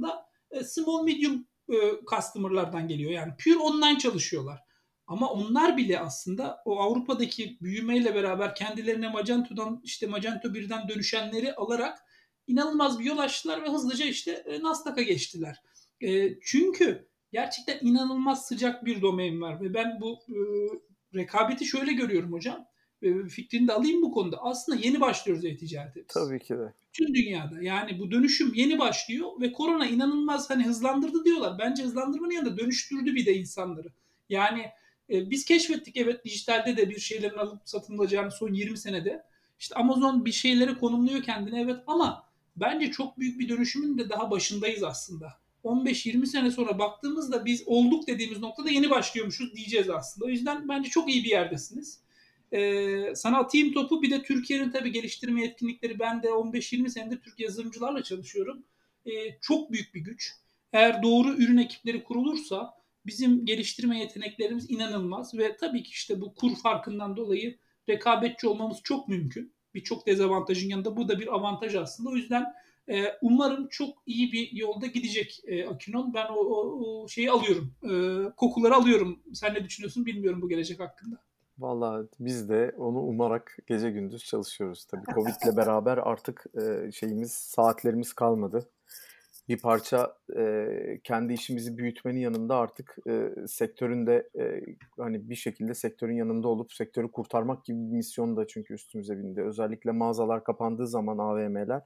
small medium customer'lardan geliyor. Yani pure online çalışıyorlar. Ama onlar bile aslında o Avrupa'daki büyümeyle beraber kendilerine Magento'dan işte Magento 1'den dönüşenleri alarak inanılmaz bir yol açtılar ve hızlıca işte Nasdaq'a geçtiler. Çünkü gerçekten inanılmaz sıcak bir domain var ve ben bu rekabeti şöyle görüyorum hocam. Fikrini de alayım bu konuda. Aslında yeni başlıyoruz e-ticarete biz. Tabii ki de. Tüm dünyada. Yani bu dönüşüm yeni başlıyor ve korona inanılmaz hani hızlandırdı diyorlar. Bence hızlandırmanın yanında dönüştürdü bir de insanları. Yani biz keşfettik evet dijitalde de bir şeylerin alıp satılacağını son 20 senede. İşte Amazon bir şeyleri konumluyor kendine evet ama bence çok büyük bir dönüşümün de daha başındayız aslında. 15-20 sene sonra baktığımızda biz olduk dediğimiz noktada yeni başlıyormuşuz diyeceğiz aslında. O yüzden bence çok iyi bir yerdesiniz. Sana atayım topu. Bir de Türkiye'nin tabii geliştirme yetkinlikleri. Ben de 15-20 senedir Türk yazılımcılarla çalışıyorum. Çok büyük bir güç. Eğer doğru ürün ekipleri kurulursa bizim geliştirme yeteneklerimiz inanılmaz ve tabii ki işte bu kur farkından dolayı rekabetçi olmamız çok mümkün. Birçok dezavantajın yanında bu da bir avantaj aslında. O yüzden umarım çok iyi bir yolda gidecek Akinon. Ben o şeyi alıyorum. Kokuları alıyorum. Sen ne düşünüyorsun bilmiyorum bu gelecek hakkında. Vallahi biz de onu umarak gece gündüz çalışıyoruz. Tabii Covid'le beraber artık saatlerimiz kalmadı. Bir parça kendi işimizi büyütmenin yanında artık sektörün de hani bir şekilde sektörün yanında olup sektörü kurtarmak gibi bir misyon da çünkü üstümüze bindi. Özellikle mağazalar kapandığı zaman AVM'ler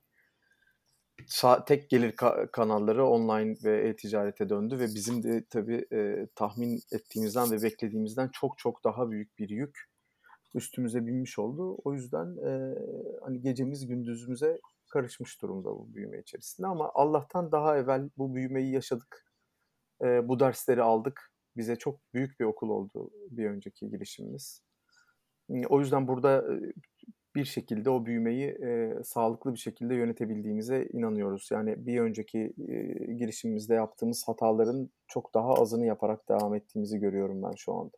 tek gelir kanalları online ve e-ticarete döndü ve bizim de tabii tahmin ettiğimizden ve beklediğimizden çok çok daha büyük bir yük üstümüze binmiş oldu. O yüzden hani gecemiz gündüzümüze karışmış durumda bu büyüme içerisinde ama Allah'tan daha evvel bu büyümeyi yaşadık. Bu dersleri aldık. Bize çok büyük bir okul oldu bir önceki girişimimiz. O yüzden burada bir şekilde o büyümeyi sağlıklı bir şekilde yönetebildiğimize inanıyoruz. Yani bir önceki girişimimizde yaptığımız hataların çok daha azını yaparak devam ettiğimizi görüyorum ben şu anda.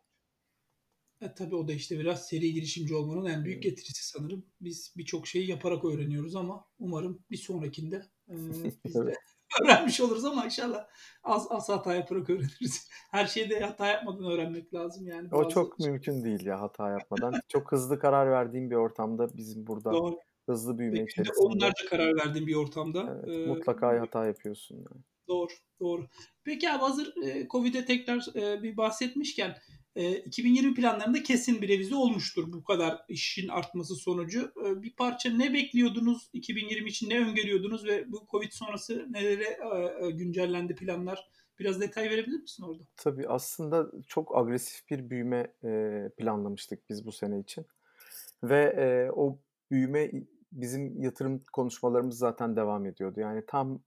Tabii o da işte biraz seri girişimci olmanın en büyük getirisi sanırım. Biz birçok şeyi yaparak öğreniyoruz ama umarım bir sonrakinde biz de Evet. öğrenmiş oluruz ama inşallah az hata yaparak öğreniriz. Her şeyde hata yapmadan öğrenmek lazım yani O bazı çok mümkün değil ya hata yapmadan. Çok hızlı karar verdiğim bir ortamda bizim burada doğru hızlı ve büyüme günde içerisinde onlarca karar verdiğim bir ortamda evet, mutlaka hata yapıyorsun yani. doğru, doğru. Peki abi hazır Covid'e tekrar bir bahsetmişken 2020 planlarında kesin bir revize olmuştur bu kadar işin artması sonucu. Bir parça ne bekliyordunuz 2020 için ne öngörüyordunuz ve bu Covid sonrası nelere güncellendi planlar? Biraz detay verebilir misin orada? Tabii aslında çok agresif bir büyüme planlamıştık biz bu sene için ve o büyüme bizim yatırım konuşmalarımız zaten devam ediyordu. Yani tam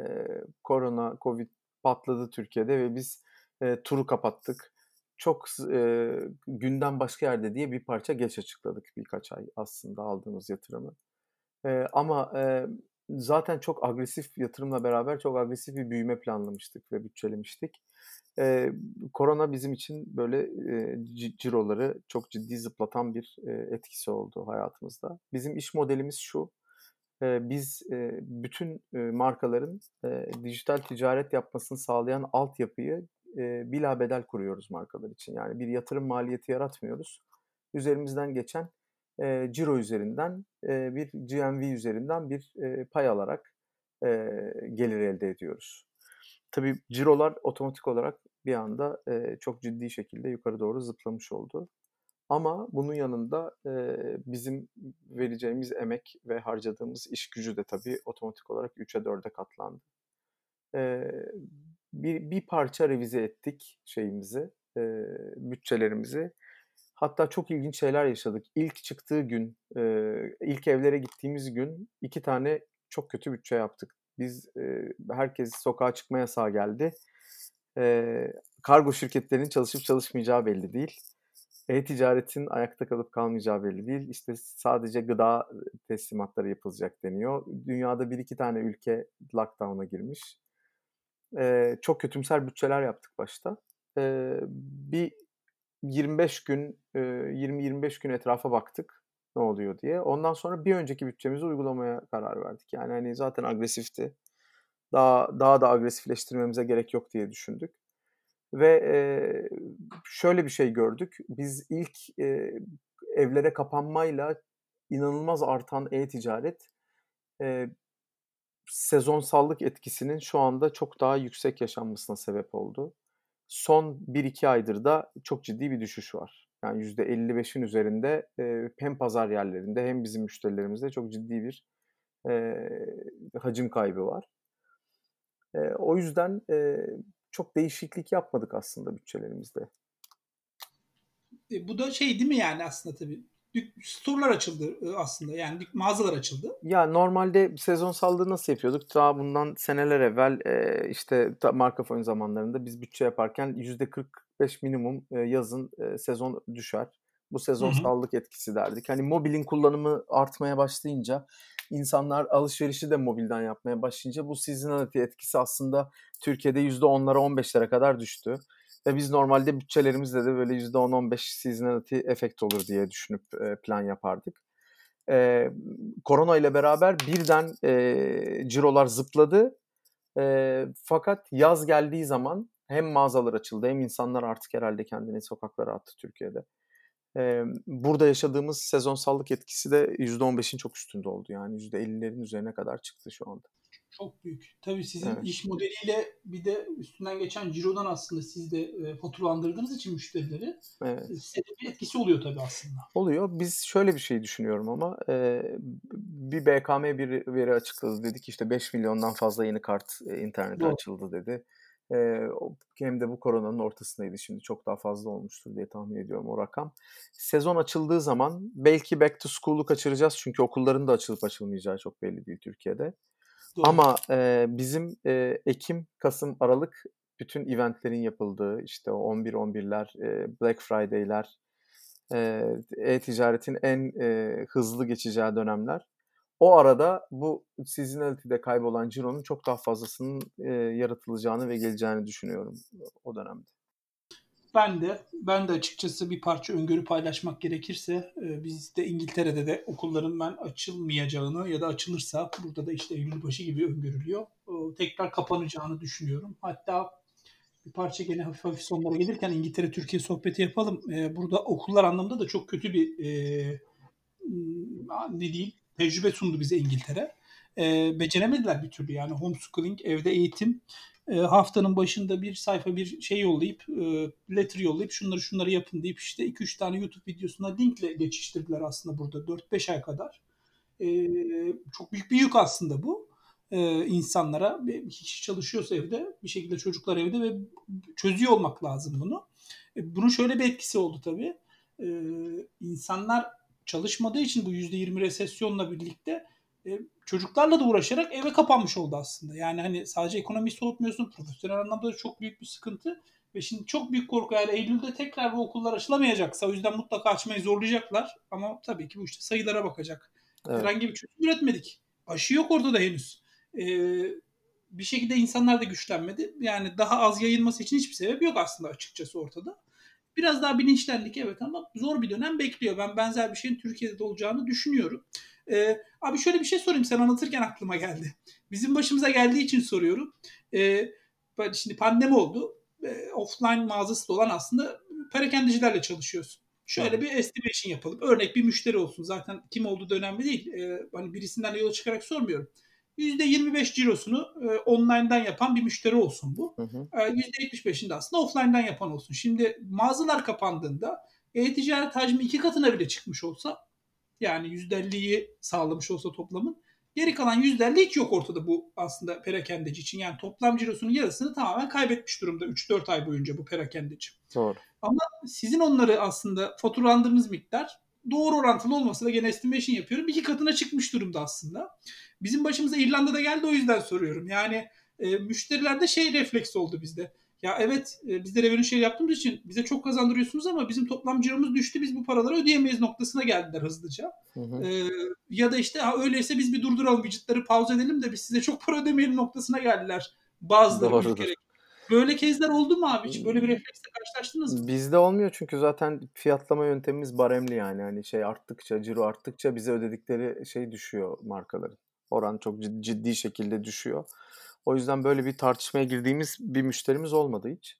korona, Covid patladı Türkiye'de ve biz turu kapattık. Çok gündem başka yerde diye bir parça geç açıkladık birkaç ay aslında aldığımız yatırımı. Ama zaten çok agresif yatırımla beraber çok agresif bir büyüme planlamıştık ve bütçelemiştik. Eee, Korona bizim için böyle ciroları çok ciddi zıplatan bir etkisi oldu hayatımızda. Bizim iş modelimiz şu: biz bütün markaların dijital ticaret yapmasını sağlayan altyapıyı bilabedel kuruyoruz markalar için. Yani bir yatırım maliyeti yaratmıyoruz. Üzerimizden geçen ciro üzerinden bir GMV üzerinden bir pay alarak gelir elde ediyoruz. Tabii cirolar otomatik olarak bir anda çok ciddi şekilde yukarı doğru zıplamış oldu. Ama bunun yanında bizim vereceğimiz emek ve harcadığımız iş gücü de tabii otomatik olarak 3'e 4'e katlandı. Eee, bir parça revize ettik şeyimizi, bütçelerimizi. Hatta çok ilginç şeyler yaşadık. İlk çıktığı gün, ilk evlere gittiğimiz gün 2 tane çok kötü bütçe yaptık. Biz, herkes sokağa çıkma yasağı geldi. Kargo şirketlerinin çalışıp çalışmayacağı belli değil. E-ticaretin ayakta kalıp kalmayacağı belli değil. İşte sadece gıda teslimatları yapılacak deniyor. Dünyada bir iki tane ülke lockdown'a girmiş. Çok kötümser bütçeler yaptık başta. Bir 25 gün, 20-25 gün etrafa baktık ne oluyor diye. Ondan sonra bir önceki bütçemizi uygulamaya karar verdik. Yani, hani, zaten agresifti. Daha da agresifleştirmemize gerek yok diye düşündük ve, şöyle bir şey gördük. Biz ilk, evlere kapanmayla inanılmaz artan e-ticaret, eee, sezonsallık etkisinin şu anda çok daha yüksek yaşanmasına sebep oldu. Son 1-2 aydır da çok ciddi bir düşüş var. Yani %55'in üzerinde, hem pazar yerlerinde hem bizim müşterilerimizde çok ciddi bir, eee, hacim kaybı var. O yüzden, çok değişiklik yapmadık aslında bütçelerimizde. Bu da şey değil mi yani aslında tabii. Store'lar açıldı aslında. Yani mağazalar açıldı. Ya, normalde sezonsallığı nasıl yapıyorduk? Daha bundan seneler evvel, işte, Marka Fon zamanlarında biz bütçe yaparken %45 minimum, yazın, sezon düşer. Bu Hı hı. sezonsallık etkisi derdik. Hani, mobilin kullanımı artmaya başlayınca, insanlar alışverişi de mobilden yapmaya başlayınca bu seasonality etkisi aslında Türkiye'de %10'lara 15'lere kadar düştü ve biz normalde bütçelerimizde de böyle %10-15 seasonality efekt olur diye düşünüp, plan yapardık. Eee, Korona ile beraber birden, cirolar zıpladı. Fakat yaz geldiği zaman hem mağazalar açıldı hem insanlar artık herhâlde kendini sokaklara attı Türkiye'de. Burada yaşadığımız sezonsallık etkisi de %15'in çok üstünde oldu. Yani %50'lerin üzerine kadar çıktı şu anda. Çok büyük. Tabii sizin Evet, iş modeliyle bir de üstünden geçen cirodan aslında siz de faturalandırdığınız için müşterileri evet. size de bir etkisi oluyor tabii aslında. Oluyor. Biz şöyle bir şey düşünüyorum ama, bir BKM bir veri açıkladı. Dedi ki, işte, 5.000.000'dan fazla yeni kart, internete Doğru. açıldı dedi. Hem de bu koronanın ortasındaydı. Şimdi çok daha fazla olmuştur diye tahmin ediyorum o rakam. Sezon açıldığı zaman belki back to school'u kaçıracağız çünkü okulların da açılıp açılmayacağı çok belli değil Türkiye'de. Doğru. Ama, bizim, ekim, kasım, aralık bütün event'lerin yapıldığı, işte, o 11.11'ler, Black Friday'ler, e-ticaretin en, hızlı geçeceği dönemler. O arada bu seasonality'de kaybolan cironun çok daha fazlasının, yaratılacağını ve geleceğini düşünüyorum o dönemde. Ben de açıkçası bir parça öngörü paylaşmak gerekirse bizde İngiltere'de de okulların ben açılmayacağını ya da açılırsa burada da işte Eylül başı gibi öngörülüyor. Tekrar kapanacağını düşünüyorum. Hatta bir parça gene hafif hafif sonlara gelirken İngiltere Türkiye sohbeti yapalım. Burada okullar anlamında da çok kötü bir ne diyeyim tecrübe sundu bize İngiltere. Beceremediler bir türlü yani homeschooling, evde eğitim. Haftanın başında bir sayfa bir şey yollayıp, letter yollayıp şunları yapın deyip işte 2-3 tane YouTube videosuna linkle geçiştirdiler aslında burada 4-5 ay kadar. Çok büyük bir yük aslında bu insanlara. Bir kişi çalışıyorsa evde, bir şekilde çocuklar evde ve çözüyor olmak lazım bunu. Bunun şöyle bir etkisi oldu tabii. İnsanlar çalışmadığı için bu %20 resesyonla birlikte çocuklarla da uğraşarak eve kapanmış oldu aslında. Yani hani sadece ekonomiyi soğutmuyorsun, profesyonel anlamda da çok büyük bir sıkıntı. Ve şimdi çok büyük korku yani Eylül'de tekrar bu okullar açılamayacaksa o yüzden mutlaka açmayı zorlayacaklar. Ama tabii ki bu işte sayılara bakacak. Evet, Herhangi bir çözüm üretmedik. Aşı yok ortada henüz. Bir şekilde insanlar da güçlenmedi. Yani daha az yayılması için hiçbir sebep yok aslında açıkçası ortada. Biraz daha bilinçlendik evet ama zor bir dönem bekliyor. Ben benzer bir şeyin Türkiye'de de olacağını düşünüyorum. Abi şöyle bir şey sorayım sen anlatırken aklıma geldi. Bizim başımıza geldiği için soruyorum. Ee, Şimdi pandemi oldu. Offline mağazası da olan aslında perakendecilerle çalışıyorsun. hı Şöyle hı. bir estimation yapalım. Örnek bir müşteri olsun. Zaten kim olduğu da önemli değil. Hani birisinden de yola çıkarak sormuyorum. %25 cirosunu online'dan yapan bir müşteri olsun bu. Hı hı. %75'ini de aslında offline'dan yapan olsun. Şimdi mağazalar kapandığında e-ticaret hacmi 2 katına bile çıkmış olsa yani %50'yi sağlamış olsa toplamın geri kalan %50 hiç yok ortada bu aslında perakendeci için. Yani toplam cirosunun yarısını tamamen kaybetmiş durumda 3-4 ay boyunca bu perakendeci. Doğru. Ama sizin onları aslında faturalandığınız miktar doğru orantılı olmasa da gene estimation yapıyorum. 2 katına çıkmış durumda aslında. Bizim başımıza İrlanda'da geldi o yüzden soruyorum. Yani müşterilerde şey refleks oldu bizde. Ya evet biz de revenue share yaptığımız için bize çok kazandırıyorsunuz ama bizim toplam ciromuz düştü biz bu paraları ödeyemeyiz noktasına geldiler hızlıca. Hı hı. E, Ya da işte ha, öyleyse biz bir durduralım widgetleri pause edelim de biz size çok para ödemeyelim noktasına geldiler bazıları Doğrudur. ürkerek. Böyle kezler oldu mu abi hiç? Böyle bir refleksle karşılaştınız mı? Bizde olmuyor çünkü zaten fiyatlama yöntemimiz baremli yani. Hani, şey arttıkça, ciro arttıkça bize ödedikleri şey düşüyor markaların. Oran çok ciddi şekilde düşüyor. O yüzden böyle bir tartışmaya girdiğimiz bir müşterimiz olmadı hiç.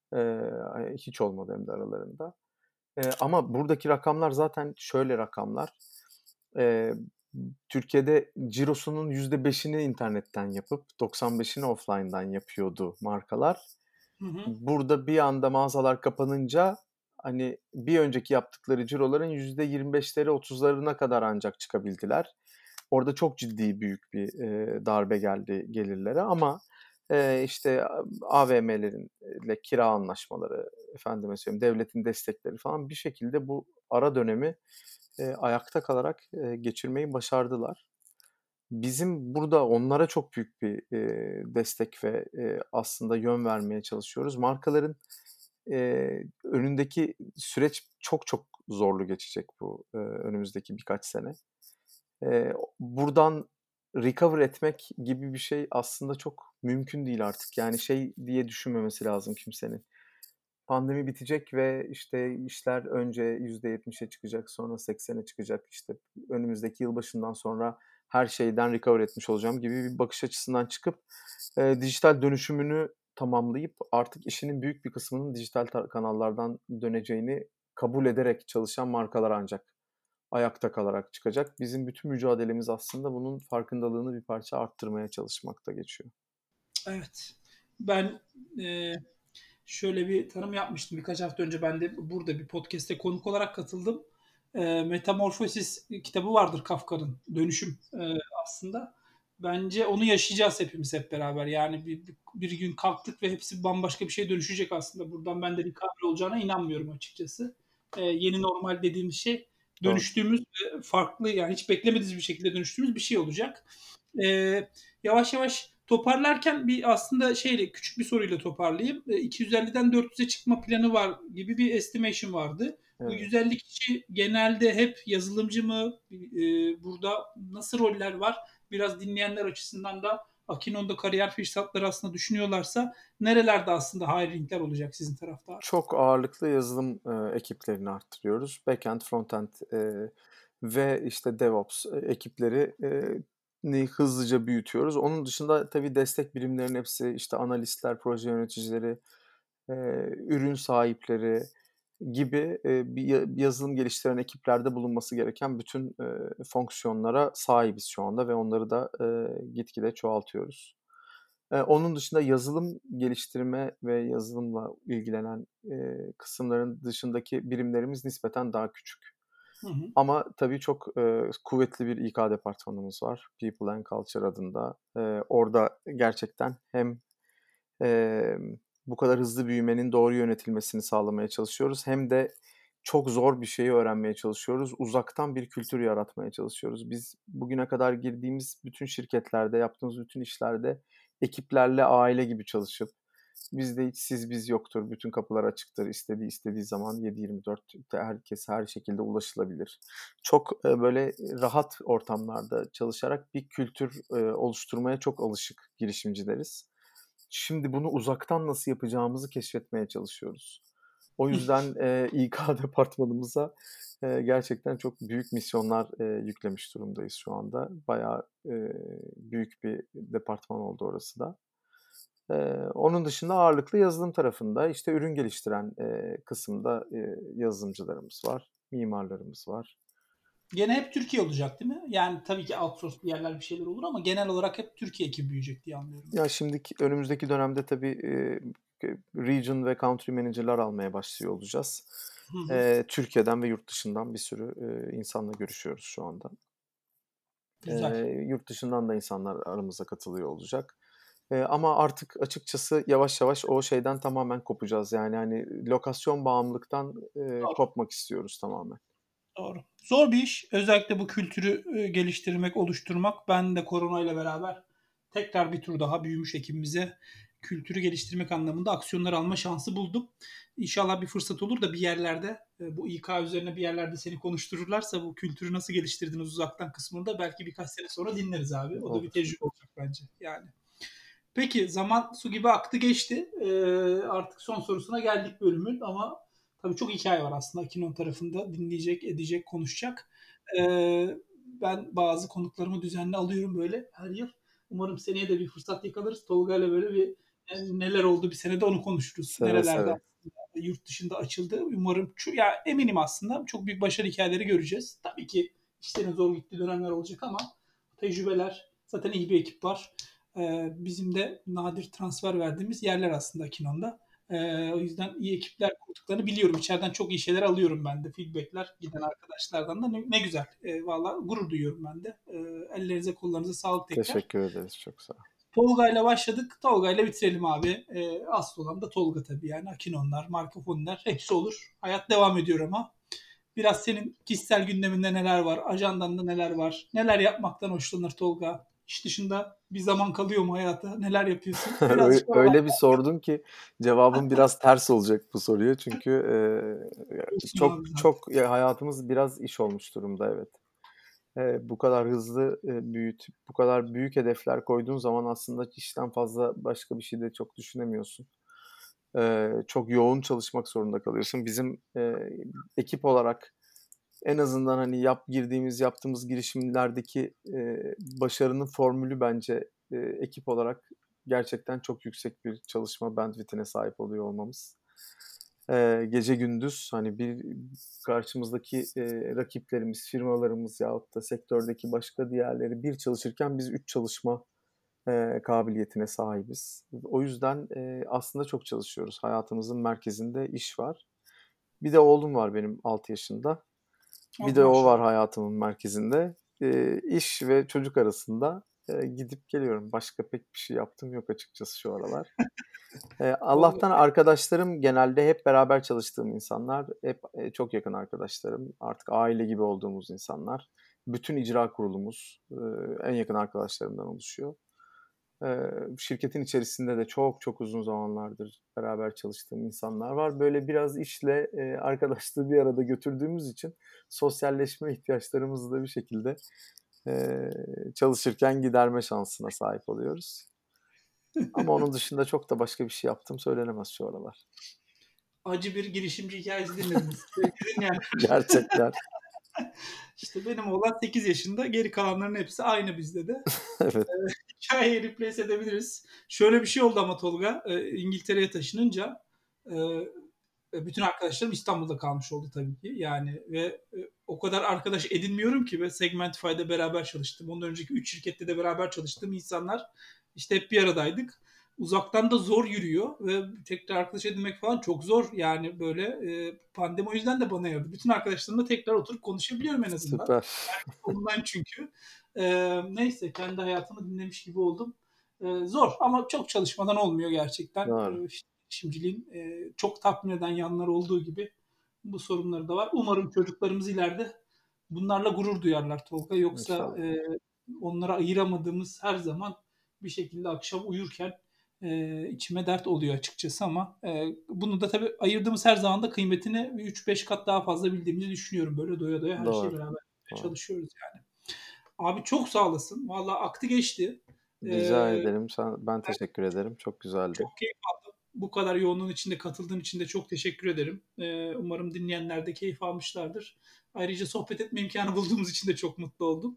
Hiç olmadı hem de aralarında. Ama buradaki rakamlar zaten şöyle rakamlar. Eee, Türkiye'de cirosunun %5'ini internetten yapıp 95'ini offline'dan yapıyordu markalar. Hı hı. Burada bir anda mağazalar kapanınca, hani, bir önceki yaptıkları ciroların %25'leri 30'larına kadar ancak çıkabildiler. Orada çok ciddi büyük bir, darbe geldi gelirlere ama, işte, AVM'lerin kira anlaşmaları, efendime söyleyeyim, devletin destekleri falan bir şekilde bu ara dönemi, ayakta kalarak, geçirmeyi başardılar. Bizim burada onlara çok büyük bir, destek ve, aslında yön vermeye çalışıyoruz. Markaların, önündeki süreç çok çok zorlu geçecek bu, önümüzdeki birkaç sene. Buradan recover etmek gibi bir şey aslında çok mümkün değil artık. Yani şey diye düşünmemesi lazım kimsenin. Pandemi bitecek ve, işte, işler önce %70'e çıkacak, sonra 80'e çıkacak, işte, önümüzdeki yılbaşından sonra her şeyden recover etmiş olacağım gibi bir bakış açısından çıkıp, dijital dönüşümünü tamamlayıp artık işinin büyük bir kısmının dijital kanallardan döneceğini kabul ederek çalışan markalar ancak ayakta kalarak çıkacak. Bizim bütün mücadelemiz aslında bunun farkındalığını bir parça arttırmaya çalışmakta geçiyor. Evet. Ben e, şöyle bir tanım yapmıştım birkaç hafta önce. Ben de burada bir podcast'te konuk olarak katıldım. Metamorfosis kitabı vardır Kafka'nın. Dönüşüm aslında. Bence onu yaşayacağız hepimiz hep beraber. Yani bir gün kalktık ve hepsi bambaşka bir şeye dönüşecek aslında. Buradan ben de recovery olacağına inanmıyorum açıkçası. Yeni normal dediğimiz şey Doğru. dönüştüğümüz farklı, yani hiç beklemediğimiz bir şekilde dönüştüğümüz bir şey olacak. Yavaş yavaş toparlarken bir aslında şeyle, küçük bir soruyla toparlayayım. 250'den 400'e çıkma planı var gibi bir estimation vardı. Bu Evet. 150 kişi genelde hep yazılımcı mı? Burada nasıl roller var? Biraz dinleyenler açısından da Akinon'da kariyer fırsatları aslında düşünüyorlarsa nerelerde aslında hiringler olacak sizin tarafta? Çok ağırlıklı yazılım, ekiplerini arttırıyoruz. Backend, frontend, ve, işte, DevOps, ekipleri ni hızlıca büyütüyoruz. Onun dışında tabii destek birimlerinin hepsi, işte, analistler, proje yöneticileri, ürün sahipleri gibi, bir yazılım geliştiren ekiplerde bulunması gereken bütün, fonksiyonlara sahibiz şu anda ve onları da, gitgide çoğaltıyoruz. Onun dışında yazılım geliştirme ve yazılımla ilgilenen, kısımların dışındaki birimlerimiz nispeten daha küçük. Hı hı. Ama tabii çok, kuvvetli bir İK departmanımız var. People and Culture adında. Orada gerçekten hem, bu kadar hızlı büyümenin doğru yönetilmesini sağlamaya çalışıyoruz hem de çok zor bir şeyi öğrenmeye çalışıyoruz. Uzaktan bir kültür yaratmaya çalışıyoruz. Biz bugüne kadar girdiğimiz bütün şirketlerde, yaptığımız bütün işlerde ekiplerle aile gibi çalışıp bizde hiç siz biz yoktur, bütün kapılar açıktır, istediği zaman 7/24 herkes her şekilde ulaşılabilir. Çok, böyle rahat ortamlarda çalışarak bir kültür, oluşturmaya çok alışık girişimcileriz. Şimdi bunu uzaktan nasıl yapacağımızı keşfetmeye çalışıyoruz. O yüzden, İK departmanımıza, gerçekten çok büyük misyonlar, yüklemiş durumdayız şu anda. Bayağı, büyük bir departman oldu orası da. Onun dışında ağırlıklı yazılım tarafında, işte, ürün geliştiren, kısımda, yazılımcılarımız var, mimarlarımız var. Gene hep Türkiye olacak değil mi? Yani tabii ki outsource bir yerler bir şeyler olur ama genel olarak hep Türkiye ekibi büyüyecek diye anlıyorum ben. Ya, önümüzdeki dönemde tabii, region ve country manager'lar almaya başlıyor olacağız. Hı hı. Türkiye'den ve yurt dışından bir sürü, insanla görüşüyoruz şu anda. Güzel. Yurt dışından da insanlar aramıza katılıyor olacak. Ama artık açıkçası yavaş yavaş o şeyden tamamen kopacağız. Yani, hani, lokasyon bağımlılıktan, Doğru. kopmak istiyoruz tamamen. Doğru. Zor bir iş. Özellikle bu kültürü geliştirmek, oluşturmak. Ben de koronayla beraber tekrar bir tur daha büyümüş ekibimize kültürü geliştirmek anlamında aksiyonlar alma şansı buldum. İnşallah bir fırsat olur da bir yerlerde bu İK üzerine bir yerlerde seni konuştururlarsa bu kültürü nasıl geliştirdiniz uzaktan kısmında belki birkaç sene sonra dinleriz abi. O da bir Olur. tecrübe olacak bence yani. Peki zaman su gibi aktı geçti. Artık son sorusuna geldik bölümün ama tabii çok hikaye var aslında Kinon tarafında dinleyecek, edecek, konuşacak. Ben bazı konuklarımı düzenli alıyorum böyle her yıl. Umarım seneye de bir fırsat yakalarız. Tolga'yla böyle bir neler oldu bir senede onu konuşuruz. Seve Nerelerde seve. yurt dışında açıldı. Umarım ya eminim aslında çok büyük başarı hikayeleri göreceğiz. Tabii ki işlerin zor gittiği dönemler olacak ama tecrübeler zaten iyi bir ekip var. Bizim de nadir transfer verdiğimiz yerler aslında Kinon'da. O yüzden iyi ekipler kurduklarını biliyorum. İçeriden çok iyi şeyler alıyorum ben de. Feedbackler giden arkadaşlardan da ne güzel. Valla gurur duyuyorum ben de. Ellerinize kollarınıza sağlık tekrar. Teşekkür ederiz. Çok sağ ol. Tolga'yla başladık. Tolga'yla bitirelim abi. Asıl olan da Tolga tabii yani. Akinonlar, Marco Fonler hepsi olur. Hayat devam ediyor ama. Biraz senin kişisel gündeminde neler var? Ajandanda neler var? Neler yapmaktan hoşlanır Tolga? İş dışında bir zaman kalıyor mu hayata? Neler yapıyorsun? Birazcık oralar Öyle bir sordun ki cevabım biraz ters olacak bu soruya. Çünkü olsun çok abi zaten. çok hayatımız biraz iş olmuş durumda, evet. Bu kadar hızlı büyütüp bu kadar büyük hedefler koyduğun zaman aslında işten fazla başka bir şey de çok düşünemiyorsun. Çok yoğun çalışmak zorunda kalıyorsun. Bizim ekip olarak en azından hani yaptığımız girişimlerdeki başarının formülü bence ekip olarak gerçekten çok yüksek bir çalışma bandwidth'ine sahip oluyor olmamız. Gece gündüz hani karşımızdaki rakiplerimiz, firmalarımız yahut da sektördeki başka diğerleri bir çalışırken biz 3 çalışma kabiliyetine sahibiz. O yüzden aslında çok çalışıyoruz. Hayatımızın merkezinde iş var. Bir de oğlum var benim 6 yaşında. Oh Bir de o var maşallah. hayatımın merkezinde. İş ve çocuk arasında gidip geliyorum. Başka pek bir şey yaptığım yok açıkçası şu aralar. Tolga, Allah'tan arkadaşlarım genelde hep beraber çalıştığım insanlar. Hep çok yakın arkadaşlarım. Artık aile gibi olduğumuz insanlar. Bütün icra kurulumuz en yakın arkadaşlarımdan oluşuyor. Şirketin içerisinde de çok çok uzun zamanlardır beraber çalıştığım insanlar var. Böyle biraz işle arkadaşlığı bir arada götürdüğümüz için sosyalleşme ihtiyaçlarımızı da bir şekilde eee, çalışırken giderme şansına sahip oluyoruz. Ama onun dışında çok da başka bir şey yaptığım söylenemez şu aralar. acı bir girişimci hikayesi dinlediniz. Sevgili dinleyenler. Gerçekten. İşte benim oğlan 8 yaşında. Geri kalanların hepsi aynı bizde de. Evet. Hikayeyi replace edebiliriz. Şöyle bir şey oldu ama Tolga. İngiltere'ye taşınınca e, bütün arkadaşlarım İstanbul'da kalmış oldu tabii ki. Yani ve o kadar arkadaş edinmiyorum ki ve Segmentify'da beraber çalıştım. Ondan önceki 3 şirkette de beraber çalıştığım insanlar işte hep bir aradaydık. Uzaktan da zor yürüyor ve tekrar arkadaş edinmek falan çok zor. Yani böyle pandemi o yüzden de bana yaradı. Bütün arkadaşlarımla tekrar oturup konuşabiliyorum en azından. Süper. Ondan çünkü. Neyse kendi hayatımı dinlemiş gibi oldum. Zor ama çok çalışmadan olmuyor gerçekten. Doğru. İşte girişimciliğin çok tatmin eden yanları olduğu gibi bu sorunları da var. Umarım çocuklarımız ileride bunlarla gurur duyarlar Tolga. Yoksa İnşallah. onlara ayıramadığımız her zaman bir şekilde akşam uyurken içime dert oluyor açıkçası ama bunu da tabii ayırdığımız her zaman da kıymetini 3-5 kat daha fazla bildiğimizi düşünüyorum. Böyle doya doya her şeyi Doğru. beraber Doğru. çalışıyoruz yani. Abi çok sağ olasın. Vallahi aktı geçti. Rica Ee, ederim. Ben teşekkür ederim. Çok güzeldi. Çok keyif aldım. Bu kadar yoğunluğun içinde katıldığın için de çok teşekkür ederim. Umarım dinleyenler de keyif almışlardır. Ayrıca sohbet etme imkanı bulduğumuz için de çok mutlu oldum.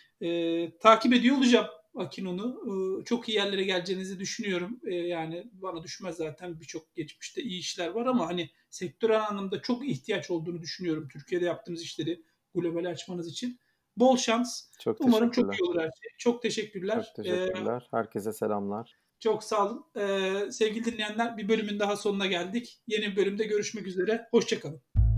Takip ediyor olacağım Akinon'u. Çok iyi yerlere geleceğinizi düşünüyorum. Yani bana düşmez zaten birçok geçmişte iyi işler var ama hani sektörel anlamda çok ihtiyaç olduğunu düşünüyorum. Türkiye'de yaptığınız işleri global açmanız için. Bol şans. Çok Umarım çok teşekkürler. iyi olur her şey. Çok Çok teşekkürler. teşekkürler. Herkese selamlar. Çok sağ olun. Sevgili dinleyenler bir bölümün daha sonuna geldik. Yeni bir bölümde görüşmek üzere. Hoşçakalın.